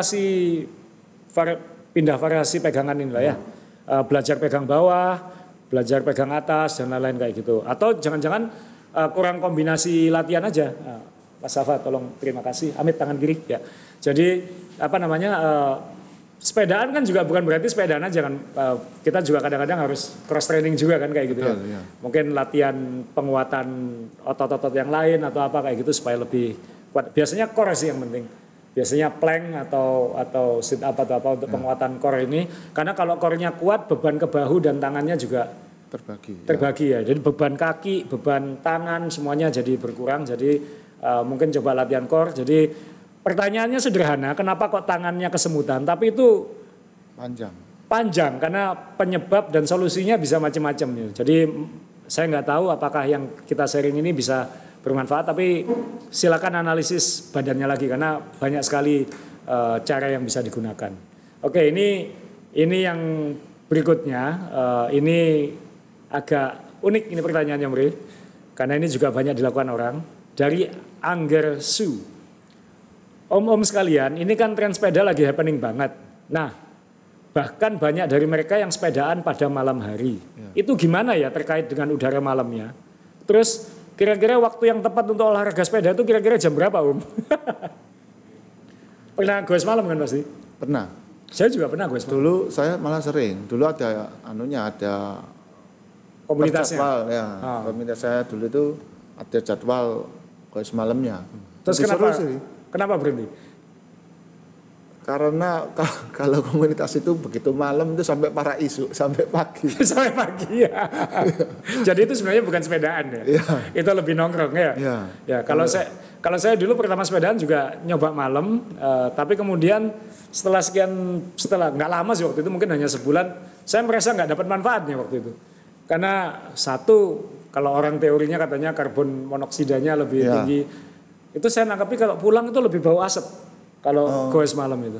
pindah variasi pegangan inilah ya. Belajar pegang bawah, belajar pegang atas dan lain-lain kayak gitu. Atau jangan-jangan kurang kombinasi latihan aja. Mas Safa tolong, terima kasih. Amit tangan kiri ya. Jadi sepedaan kan juga bukan berarti sepedaan aja kan. Kita juga kadang-kadang harus cross training juga kan kayak gitu. Betul, ya. Mungkin latihan penguatan otot-otot yang lain atau apa kayak gitu supaya lebih kuat. Biasanya core sih yang penting. Biasanya plank atau sit up atau apa untuk penguatan core ini. Karena kalau core-nya kuat, beban ke bahu dan tangannya juga terbagi ya. Jadi beban kaki, beban tangan semuanya jadi berkurang. Jadi mungkin coba latihan core. Jadi pertanyaannya sederhana, kenapa kok tangannya kesemutan? Tapi itu panjang karena penyebab dan solusinya bisa macam-macam ya. Jadi saya nggak tahu apakah yang kita sharing ini bisa bermanfaat, tapi silakan analisis badannya lagi karena banyak sekali cara yang bisa digunakan. Oke, ini yang berikutnya, ini agak unik ini pertanyaannya Mri, karena ini juga banyak dilakukan orang dari Angger Su. Om-om sekalian, ini kan tren sepeda lagi happening banget. Nah, bahkan banyak dari mereka yang sepedaan pada malam hari. Itu gimana ya terkait dengan udara malamnya? Terus kira-kira waktu yang tepat untuk olahraga sepeda itu kira-kira jam berapa Om? Pernah goes malam kan pasti? Pernah. Saya juga pernah goes malam. Dulu saya malah sering. Dulu ada ada komunitasnya. Jadwal, ya. Komunitas saya dulu itu ada jadwal goes malamnya. Terus kenapa berhenti? Karena kalau komunitas itu begitu malam itu sampai para isu, sampai pagi. Sampai pagi ya. Jadi itu sebenarnya bukan sepedaan ya. Itu lebih nongkrong ya. Ya, kalau saya dulu pertama sepedaan juga nyoba malam, tapi kemudian setelah nggak lama sih waktu itu, mungkin hanya sebulan, saya merasa nggak dapat manfaatnya waktu itu. Karena satu, kalau orang teorinya katanya karbon monoksidanya lebih tinggi. Itu saya nangkapi kalau pulang itu lebih bau asap. Kalau goes malam itu,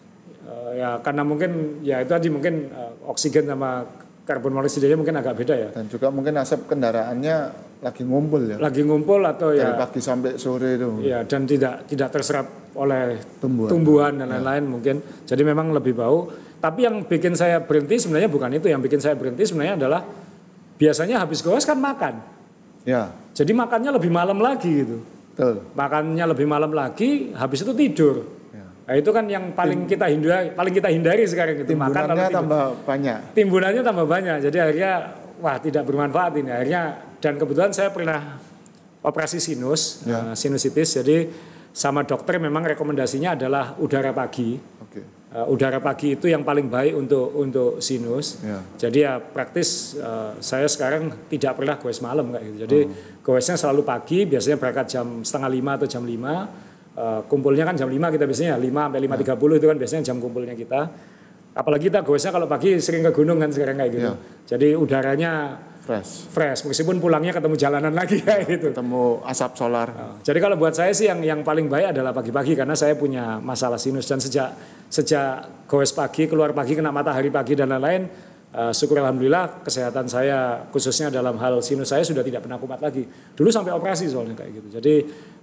ya karena mungkin ya itu tadi mungkin oksigen sama karbon monoksidanya mungkin agak beda ya. Dan juga mungkin asap kendaraannya lagi ngumpul ya. Lagi ngumpul atau dari pagi sampai sore itu. Ya dan tidak terserap oleh tumbuhan dan lain-lain mungkin. Jadi memang lebih bau. Tapi yang bikin saya berhenti sebenarnya bukan itu. Yang bikin saya berhenti sebenarnya adalah biasanya habis goes kan makan. Ya. Jadi makannya lebih malam lagi gitu. Betul. Makannya lebih malam lagi, habis itu tidur. Nah, itu kan yang paling kita hindari sekarang itu. Makan lalu tambah banyak. Timbunannya tambah banyak. Jadi akhirnya tidak bermanfaat ini. Akhirnya dan kebetulan saya pernah operasi sinus, sinusitis. Jadi sama dokter memang rekomendasinya adalah udara pagi. Udara pagi itu yang paling baik untuk sinus. Jadi ya praktis saya sekarang tidak pernah goes malam kayak gitu. Jadi goesnya selalu pagi, biasanya berangkat jam 4:30 atau jam 5. Kumpulnya kan jam 5 kita biasanya 5 sampai 5:30 itu kan biasanya jam kumpulnya kita. Apalagi kita goesnya kalau pagi sering ke gunung kan sekarang kayak gitu. Jadi udaranya fresh meskipun pulangnya ketemu jalanan lagi kayak gitu. Ketemu asap solar. Jadi kalau buat saya sih yang paling baik adalah pagi-pagi karena saya punya masalah sinus dan sejak goes pagi, keluar pagi, kena matahari pagi dan lain-lain, syukur alhamdulillah kesehatan saya khususnya dalam hal sinus saya sudah tidak pernah kumat lagi. Dulu sampai operasi soalnya kayak gitu. Jadi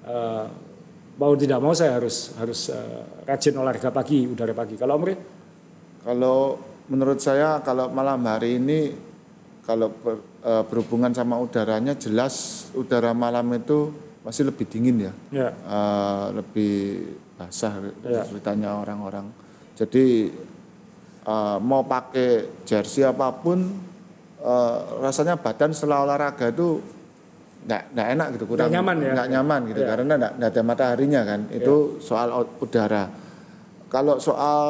mau tidak mau saya harus rajin olahraga pagi, udara pagi. Kalau Omri? Kalau menurut saya kalau malam hari ini kalau berhubungan sama udaranya jelas udara malam itu masih lebih dingin ya. Lebih basah ceritanya orang-orang. Jadi mau pakai jersey apapun rasanya badan setelah olahraga itu nggak enak gitu, kurang nggak nyaman gitu karena nggak ada mataharinya kan. Itu soal udara. Kalau soal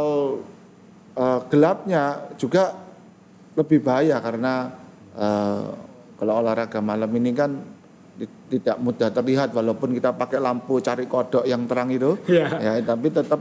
gelapnya juga lebih bahaya karena kalau olahraga malam ini kan tidak mudah terlihat walaupun kita pakai lampu cari kodok yang terang itu, ya tapi tetap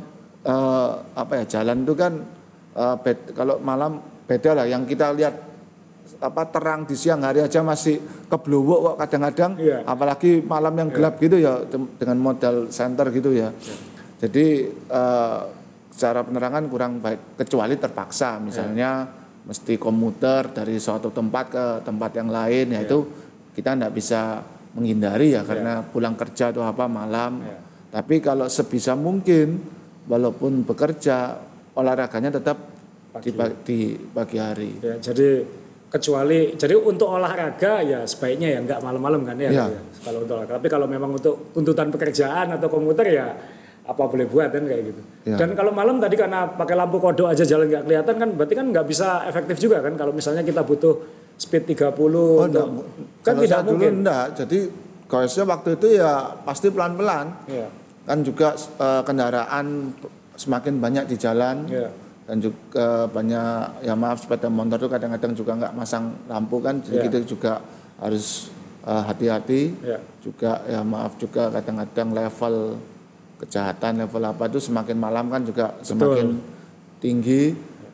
jalan itu kan kalau malam beda lah. Yang kita lihat terang di siang hari aja masih keblowok kok kadang-kadang, apalagi malam yang gelap gitu ya dengan modal center gitu ya. Jadi secara penerangan kurang baik kecuali terpaksa misalnya mesti komuter dari suatu tempat ke tempat yang lain, yaitu kita tidak bisa menghindari ya karena pulang kerja atau apa malam. Tapi kalau sebisa mungkin walaupun bekerja olahraganya tetap di pagi hari. Ya, jadi untuk olahraga ya sebaiknya ya enggak malam-malam kan ya. Kalau untuk olahraga. Tapi kalau memang untuk tuntutan pekerjaan atau komuter ya apa boleh buat kan kayak gitu. Dan kalau malam tadi karena pakai lampu kodok aja jalan nggak kelihatan kan berarti kan nggak bisa efektif juga kan kalau misalnya kita butuh speed 30 kan tidak mungkin. Enggak. Jadi goesnya waktu itu ya pasti pelan-pelan. Kan juga kendaraan semakin banyak di jalan. Dan juga banyak sepeda motor itu kadang-kadang juga nggak masang lampu kan, jadi kita juga harus hati-hati. Juga juga kadang-kadang level kejahatan level apa itu semakin malam kan juga semakin tinggi.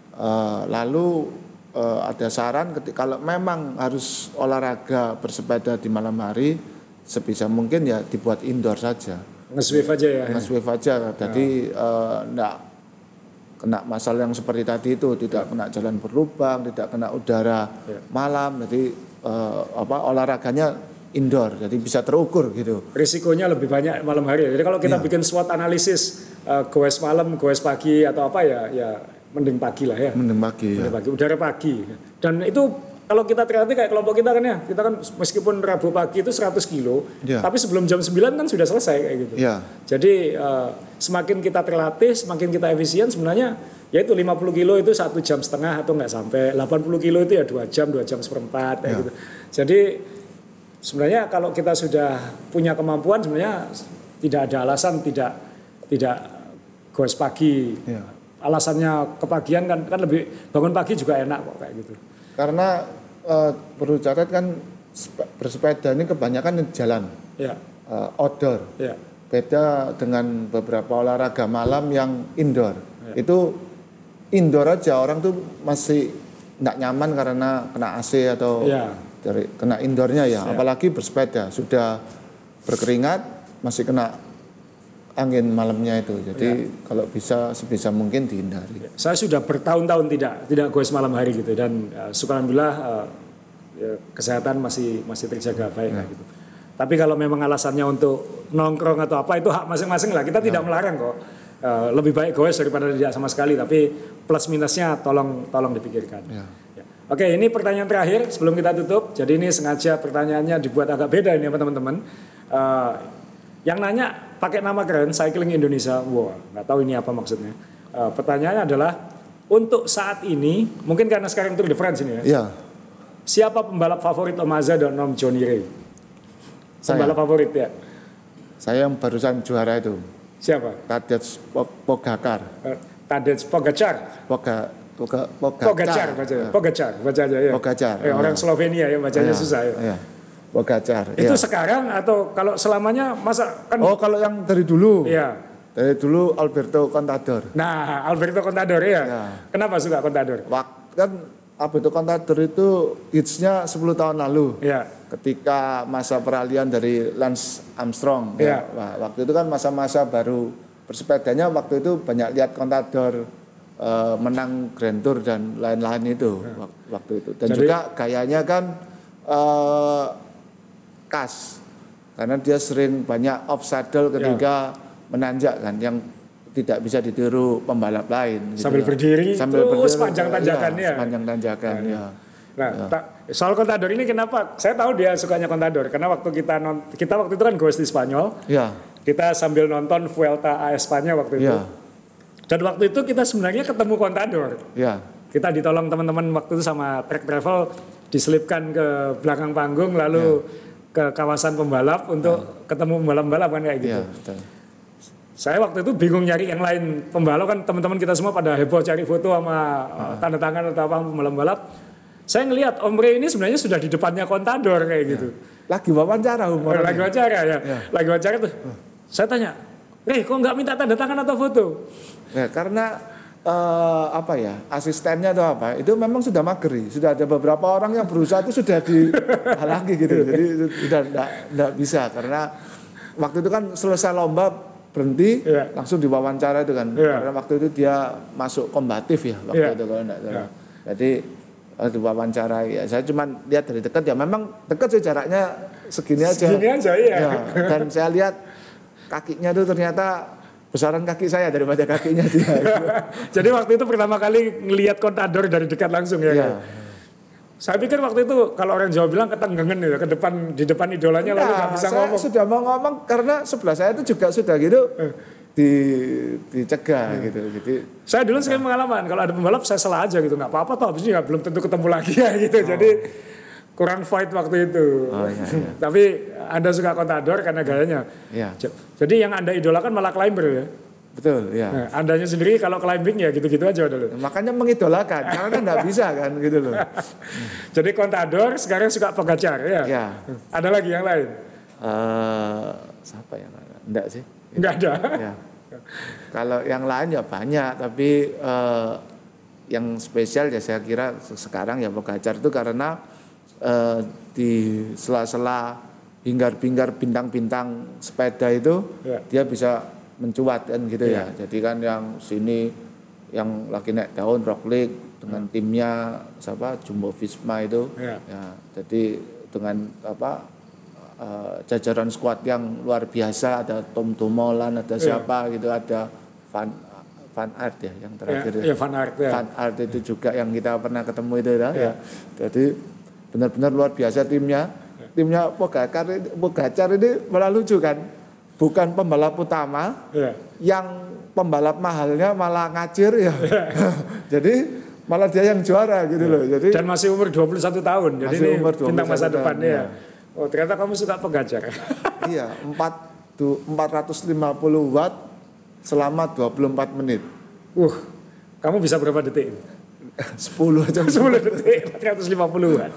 Lalu ada saran kalau memang harus olahraga bersepeda di malam hari sebisa mungkin ya dibuat indoor saja. Nge-swift aja ya. Nge-swift aja. Jadi enggak kena masalah yang seperti tadi itu, tidak kena jalan berlubang, tidak kena udara malam. Jadi olahraganya indoor, jadi bisa terukur gitu. Risikonya lebih banyak malam hari. Jadi kalau kita bikin SWOT analisis goes malam, goes pagi atau apa ya mending pagi lah ya. Mending pagi. Udara pagi. Dan itu kalau kita terhati kayak kelompok kita kan ya, kita kan meskipun Rabu pagi itu 100 kilo, tapi sebelum jam 9 kan sudah selesai kayak gitu. Jadi semakin kita terlatih, semakin kita efisien sebenarnya, yaitu 50 kilo itu 1 jam setengah atau nggak sampai, 80 kilo itu ya 2 jam seperempat kayak gitu. Jadi sebenarnya kalau kita sudah punya kemampuan sebenarnya tidak ada alasan tidak goes pagi. Alasannya kepagian kan lebih bangun pagi juga enak kok kayak gitu. Karena perlu catat kan bersepeda ini kebanyakan di jalan, outdoor. Beda dengan beberapa olahraga malam yang indoor. Itu indoor aja orang tuh masih nggak nyaman karena kena AC atau kena indoornya apalagi bersepeda sudah berkeringat masih kena angin malamnya itu. Jadi kalau bisa sebisa mungkin dihindari. Saya sudah bertahun-tahun tidak goes malam hari gitu dan alhamdulillah kesehatan masih terjaga baik gitu. Tapi kalau memang alasannya untuk nongkrong atau apa itu hak masing-masing lah. Kita tidak melarang kok. Lebih baik goes daripada tidak sama sekali, tapi plus minusnya tolong dipikirkan. Oke, ini pertanyaan terakhir sebelum kita tutup. Jadi ini sengaja pertanyaannya dibuat agak beda ini teman-teman. Yang nanya pakai nama keren Cycling Indonesia. Wah, nggak tahu ini apa maksudnya. Pertanyaannya adalah untuk saat ini, mungkin karena sekarang Tour de France ini ya. Siapa pembalap favorit Om Azza dan Om Johnny Ray? Pembalap favorit ya. Saya yang barusan juara itu. Siapa? Tadej Pogacar. Tadej Pogacar. Pogacar baca aja ya. Pogacar. Orang Slovenia ya bacanya susah ya. Pogacar. Itu sekarang atau kalau selamanya masa kan? Oh, kalau yang dari dulu. Iya. Dari dulu Alberto Contador. Nah, Alberto Contador ya. Kenapa suka Contador? Kan Alberto Contador itu hitsnya 10 tahun lalu. Ketika masa peralihan dari Lance Armstrong. Waktu itu kan masa-masa baru bersepedanya, waktu itu banyak lihat Contador menang Grand Tour dan lain-lain itu waktu itu. Dan jadi, juga gayanya kan khas karena dia sering banyak off saddle ketika menanjak kan, yang tidak bisa ditiru pembalap lain gitu. Sambil berdiri sepanjang tanjakannya. Sepanjang tanjakan Nah, soal Contador ini kenapa saya tahu dia sukanya Contador karena waktu kita waktu itu kan goes di Spanyol. Kita sambil nonton Vuelta a España waktu itu. Dan waktu itu kita sebenarnya ketemu Contador. Kita ditolong teman-teman waktu itu sama Trek Travel diselipkan ke belakang panggung lalu ke kawasan pembalap untuk ketemu pembalap-pembalap kan kayak gitu. Saya waktu itu bingung nyari yang lain pembalap kan, teman-teman kita semua pada heboh cari foto sama tanda tangan atau apa pembalap-pembalap. Saya ngelihat Om Rey ini sebenarnya sudah di depannya Contador kayak gitu. Lagi wawancara Lagi wawancara ya. Lagi wawancara tuh. Saya tanya, Rey kok nggak minta tanda tangan atau foto? Ya, karena asistennya atau apa itu memang sudah mageri, sudah ada beberapa orang yang berusaha itu sudah dihalangi gitu, jadi sudah tidak bisa karena waktu itu kan selesai lomba berhenti langsung diwawancara itu kan, karena waktu itu dia masuk kombatif ya waktu itu kalau tidak salah, jadi diwawancara ya saya cuma lihat dari dekat ya memang dekat sih jaraknya segini aja ya, dan saya lihat kakinya itu ternyata besaran kaki saya daripada kakinya dia. Jadi waktu itu pertama kali ngelihat Contador dari dekat langsung ya. Saya pikir waktu itu kalau orang Jawa bilang ketenggengan ya, di depan idolanya lalu nggak bisa ngomong. Saya sudah mau ngomong karena sebelah saya itu juga sudah gitu dicegah gitu. Jadi saya dulu sering pengalaman kalau ada pembalap saya salah aja gitu, nggak apa-apa toh habis ini belum tentu ketemu lagi ya gitu. Jadi kurang fight waktu itu. Tapi Anda suka Contador karena gayanya. Jadi yang Anda idolakan malah climber ya. Betul, ya. Nah, Andanya sendiri kalau climbing ya gitu-gitu aja dulu. Makanya mengidolakan, karena kan nggak bisa kan gitu loh. Jadi Contador sekarang suka Pogacar ya. Ada lagi yang lain? Siapa yang lain? Enggak sih. Enggak ada. Ya. Kalau yang lain ya banyak, tapi yang spesial ya saya kira sekarang ya Pogacar itu karena di sela-sela hingar-bingar bintang-bintang sepeda itu dia bisa mencuat kan gitu ya. Jadi kan yang sini yang lagi naik daun Roglic dengan timnya siapa Jumbo Visma itu ya. Jadi dengan jajaran skuad yang luar biasa, ada Tom Dumoulin, ada siapa gitu, ada Van Aert ya yang terakhir Van Aert itu juga yang kita pernah ketemu itu ya. Jadi benar-benar luar biasa timnya Pogacar ini malah lucu kan, bukan pembalap utama yang pembalap mahalnya malah ngacir ya. Jadi malah dia yang juara gitu loh. Jadi dan masih umur 21 tahun. Jadi ini bintang masa depan ya. Oh ternyata kamu suka Pogacar. Iya 450 watt selama 24 menit. Kamu bisa berapa detik? 10 aja. 10 detik 450 watt.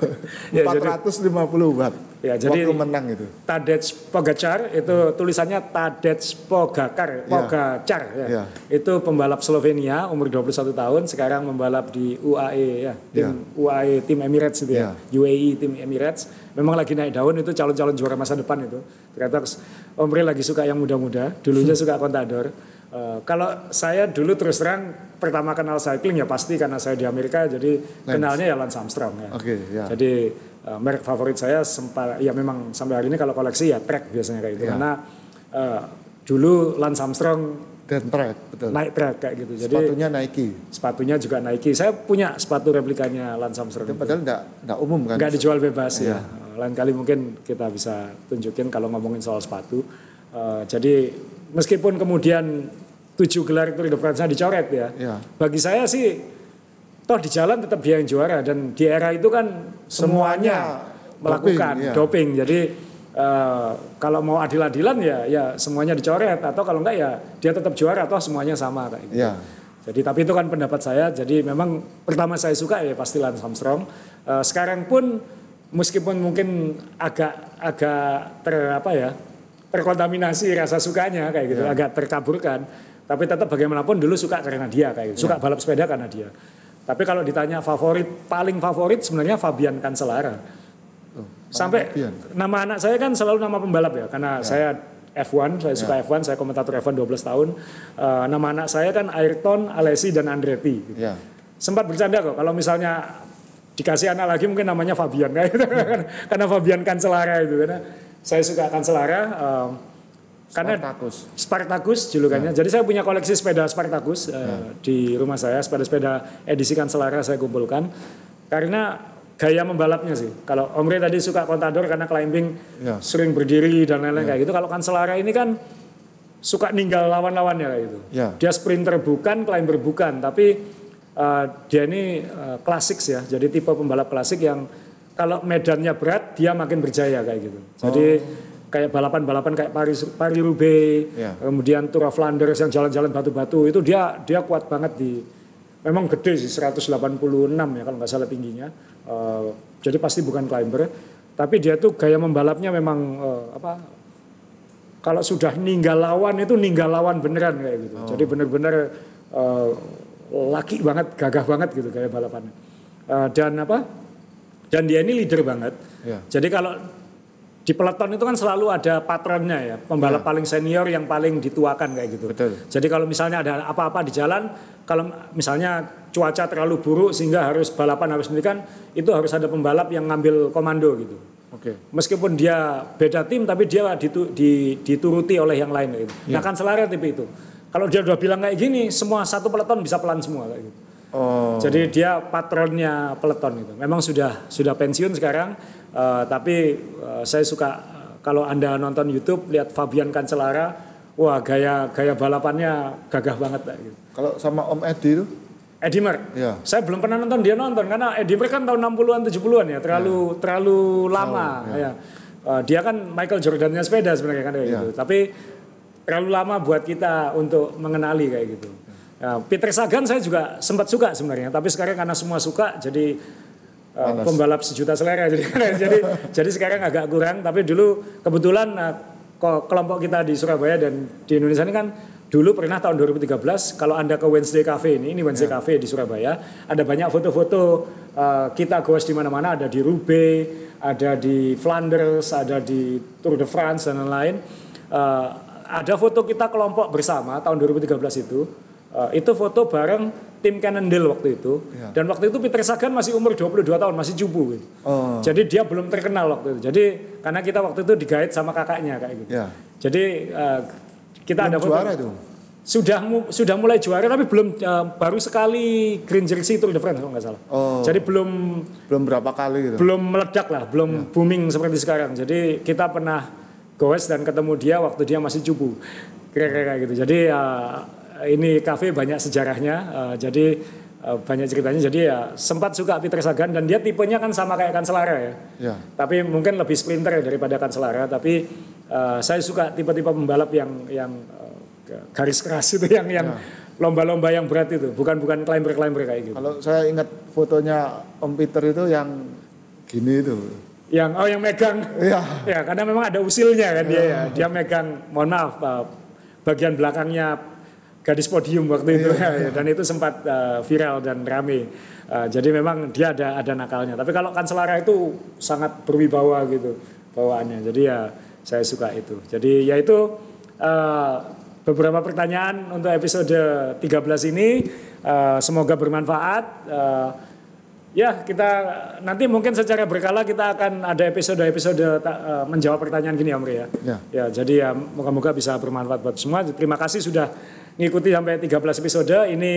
450 watt. Ya, jadi waktu menang itu. Tadej Pogacar itu tulisannya Tadej Pogacar ya. Itu pembalap Slovenia umur 21 tahun, sekarang membalap di UAE ya. UAE tim Emirates itu ya. UAE tim Emirates. Memang lagi naik daun, itu calon-calon juara masa depan itu. Ternyata Om Rey lagi suka yang muda-muda, dulunya suka Contador. Kalau saya dulu terus terang pertama kenal cycling ya pasti karena saya di Amerika, jadi kenalnya ya Lance Armstrong ya. Jadi merek favorit saya memang sampai hari ini kalau koleksi ya Trek biasanya kayak gitu karena dulu Lance Armstrong dan Trek betul. Naik Trek kayak gitu. Jadi sepatunya juga Nike. Saya punya sepatu replikanya Lance Armstrong. Itu padahal enggak umum kan? Enggak dijual bebas ya. Lain kali mungkin kita bisa tunjukin kalau ngomongin soal sepatu. Jadi meskipun kemudian 7 gelar Tour de France dicoret ya. Bagi saya sih toh di jalan tetap dia yang juara, dan di era itu kan semuanya melakukan doping. Jadi kalau mau adil-adilan ya semuanya dicoret, atau kalau enggak ya dia tetap juara atau semuanya sama kayak gitu. Jadi tapi itu kan pendapat saya. Jadi memang pertama saya suka ya pasti Lance Armstrong. Sekarang pun meskipun mungkin agak terkontaminasi rasa sukanya kayak gitu, agak terkaburkan. Tapi tetap bagaimanapun dulu suka karena dia kayak gitu. Suka balap sepeda karena dia. Tapi kalau ditanya paling favorit sebenarnya Fabian Cancellara. Sampai nama anak saya kan selalu nama pembalap ya, karena saya F1, saya suka F1, saya komentator F1 12 tahun. Nama anak saya kan Ayrton, Alesi dan Andretti. Gitu. Sempat bercanda kok kalau misalnya dikasih anak lagi mungkin namanya Fabian kayak gitu. Karena Fabian Cancellara itu, karena saya suka Cancellara. Karena Spartacus julukannya. Jadi saya punya koleksi sepeda Spartacus di rumah saya, sepeda-sepeda edisi Cancellara saya kumpulkan. Karena gaya membalapnya sih. Kalau Om Rey tadi suka Contador karena climbing sering berdiri dan lain-lain kayak gitu. Kalau Cancellara ini kan suka ninggal lawan-lawannya kayak gitu. Dia sprinter bukan, climber bukan, tapi dia ini klasik ya. Jadi tipe pembalap klasik yang kalau medannya berat dia makin berjaya kayak gitu. Jadi kayak balapan-balapan kayak Paris-Roubaix, kemudian Tour of Flanders yang jalan-jalan batu-batu itu dia kuat banget memang gede sih 186 ya kalau nggak salah tingginya. Jadi pasti bukan climber, tapi dia tuh gaya membalapnya memang kalau sudah ninggal lawan itu ninggal lawan beneran kayak gitu. Jadi bener-bener laki banget, gagah banget gitu gaya balapannya. Dan dia ini leader banget. Jadi kalau di peleton itu kan selalu ada patronnya ya, pembalap paling senior yang paling dituakan kayak gitu. Betul. Jadi kalau misalnya ada apa-apa di jalan, kalau misalnya cuaca terlalu buruk sehingga harus balapan harus hentikan, itu harus ada pembalap yang ngambil komando gitu. Meskipun dia beda tim tapi dia dituruti oleh yang lain gitu. Nah Cancellara tipe itu. Kalau dia udah bilang kayak gini, semua satu peleton bisa pelan semua kayak gitu. Jadi dia patronnya peleton gitu. Memang sudah pensiun sekarang, tapi saya suka kalau Anda nonton YouTube lihat Fabian Cancellara, wah gaya balapannya gagah banget gitu. Kalau sama Om Edi itu? Eddie Merckx. Saya belum pernah nonton karena Eddie Merckx kan tahun 60-an 70-an ya, terlalu lama ya. Dia kan Michael Jordan-nya sepeda sebenarnya kan kayak gitu. Tapi terlalu lama buat kita untuk mengenali kayak gitu. Peter Sagan saya juga sempat suka sebenarnya, tapi sekarang karena semua suka jadi pembalap sejuta selera jadi sekarang agak kurang. Tapi dulu kebetulan kelompok kita di Surabaya dan di Indonesia ini kan dulu pernah tahun 2013 kalau Anda ke Wednesday Cafe ini Wednesday Cafe di Surabaya, ada banyak foto-foto kita goes di mana-mana, ada di Roubaix, ada di Flanders, ada di Tour de France dan lain-lain. Ada foto kita kelompok bersama tahun 2013 itu foto bareng tim Cannondale waktu itu. Dan waktu itu Peter Sagan masih umur 22 tahun, masih cupu gitu. Jadi dia belum terkenal waktu itu. Jadi karena kita waktu itu digait sama kakaknya kayak gitu. Jadi kita belum ada foto. Itu. Sudah mulai juara tapi belum baru sekali Green Jersey Tour de France kalau nggak salah. Jadi belum berapa kali gitu. Belum meledak lah, belum booming seperti sekarang. Jadi kita pernah goes dan ketemu dia waktu dia masih cupu. Kira-kira gitu. Jadi ini kafe banyak sejarahnya, jadi banyak ceritanya. Jadi sempat suka Peter Sagan dan dia tipenya kan sama kayak Cancellara ya. Tapi mungkin lebih sprinter daripada Cancellara. Tapi saya suka tipe-tipe pembalap yang garis keras itu, yang lomba-lomba yang berat itu, bukan climber kayak gitu. Kalau saya ingat fotonya Om Peter itu yang gini itu. Yang megang. Ya karena memang ada usilnya kan dia ya. Dia megang, mohon maaf, bagian belakangnya gadis podium waktu itu dan itu sempat viral dan rame. Jadi memang dia ada nakalnya. Tapi kalau Cancellara itu sangat berwibawa gitu bawaannya. Jadi ya saya suka itu. Jadi ya itu beberapa pertanyaan untuk episode 13 ini. Semoga bermanfaat. Ya kita nanti mungkin secara berkala kita akan ada episode menjawab pertanyaan gini Om Rey ya. Ya jadi ya moga-moga bisa bermanfaat buat semua. Terima kasih sudah ngikuti sampai 13 episode. Ini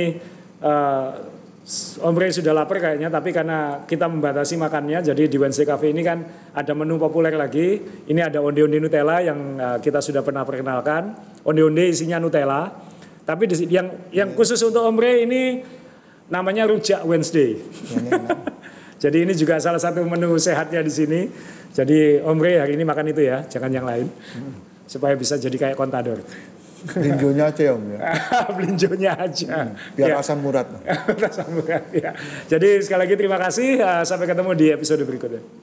Om Rey sudah lapar kayaknya, tapi karena kita membatasi makannya, jadi di Wednesday Cafe ini kan ada menu populer lagi. Ini ada onde-onde Nutella yang kita sudah pernah perkenalkan. Onde-onde isinya Nutella. Tapi yang khusus untuk Om Rey ini namanya rujak Wednesday. Jadi ini juga salah satu menu sehatnya di sini. Jadi Om Rey hari ini makan itu ya, jangan yang lain. Supaya bisa jadi kayak kontador. Belinjonya aja Om ya. Belinjonya aja. Biar asam urat. Asam urat ya. Jadi sekali lagi terima kasih. Sampai ketemu di episode berikutnya.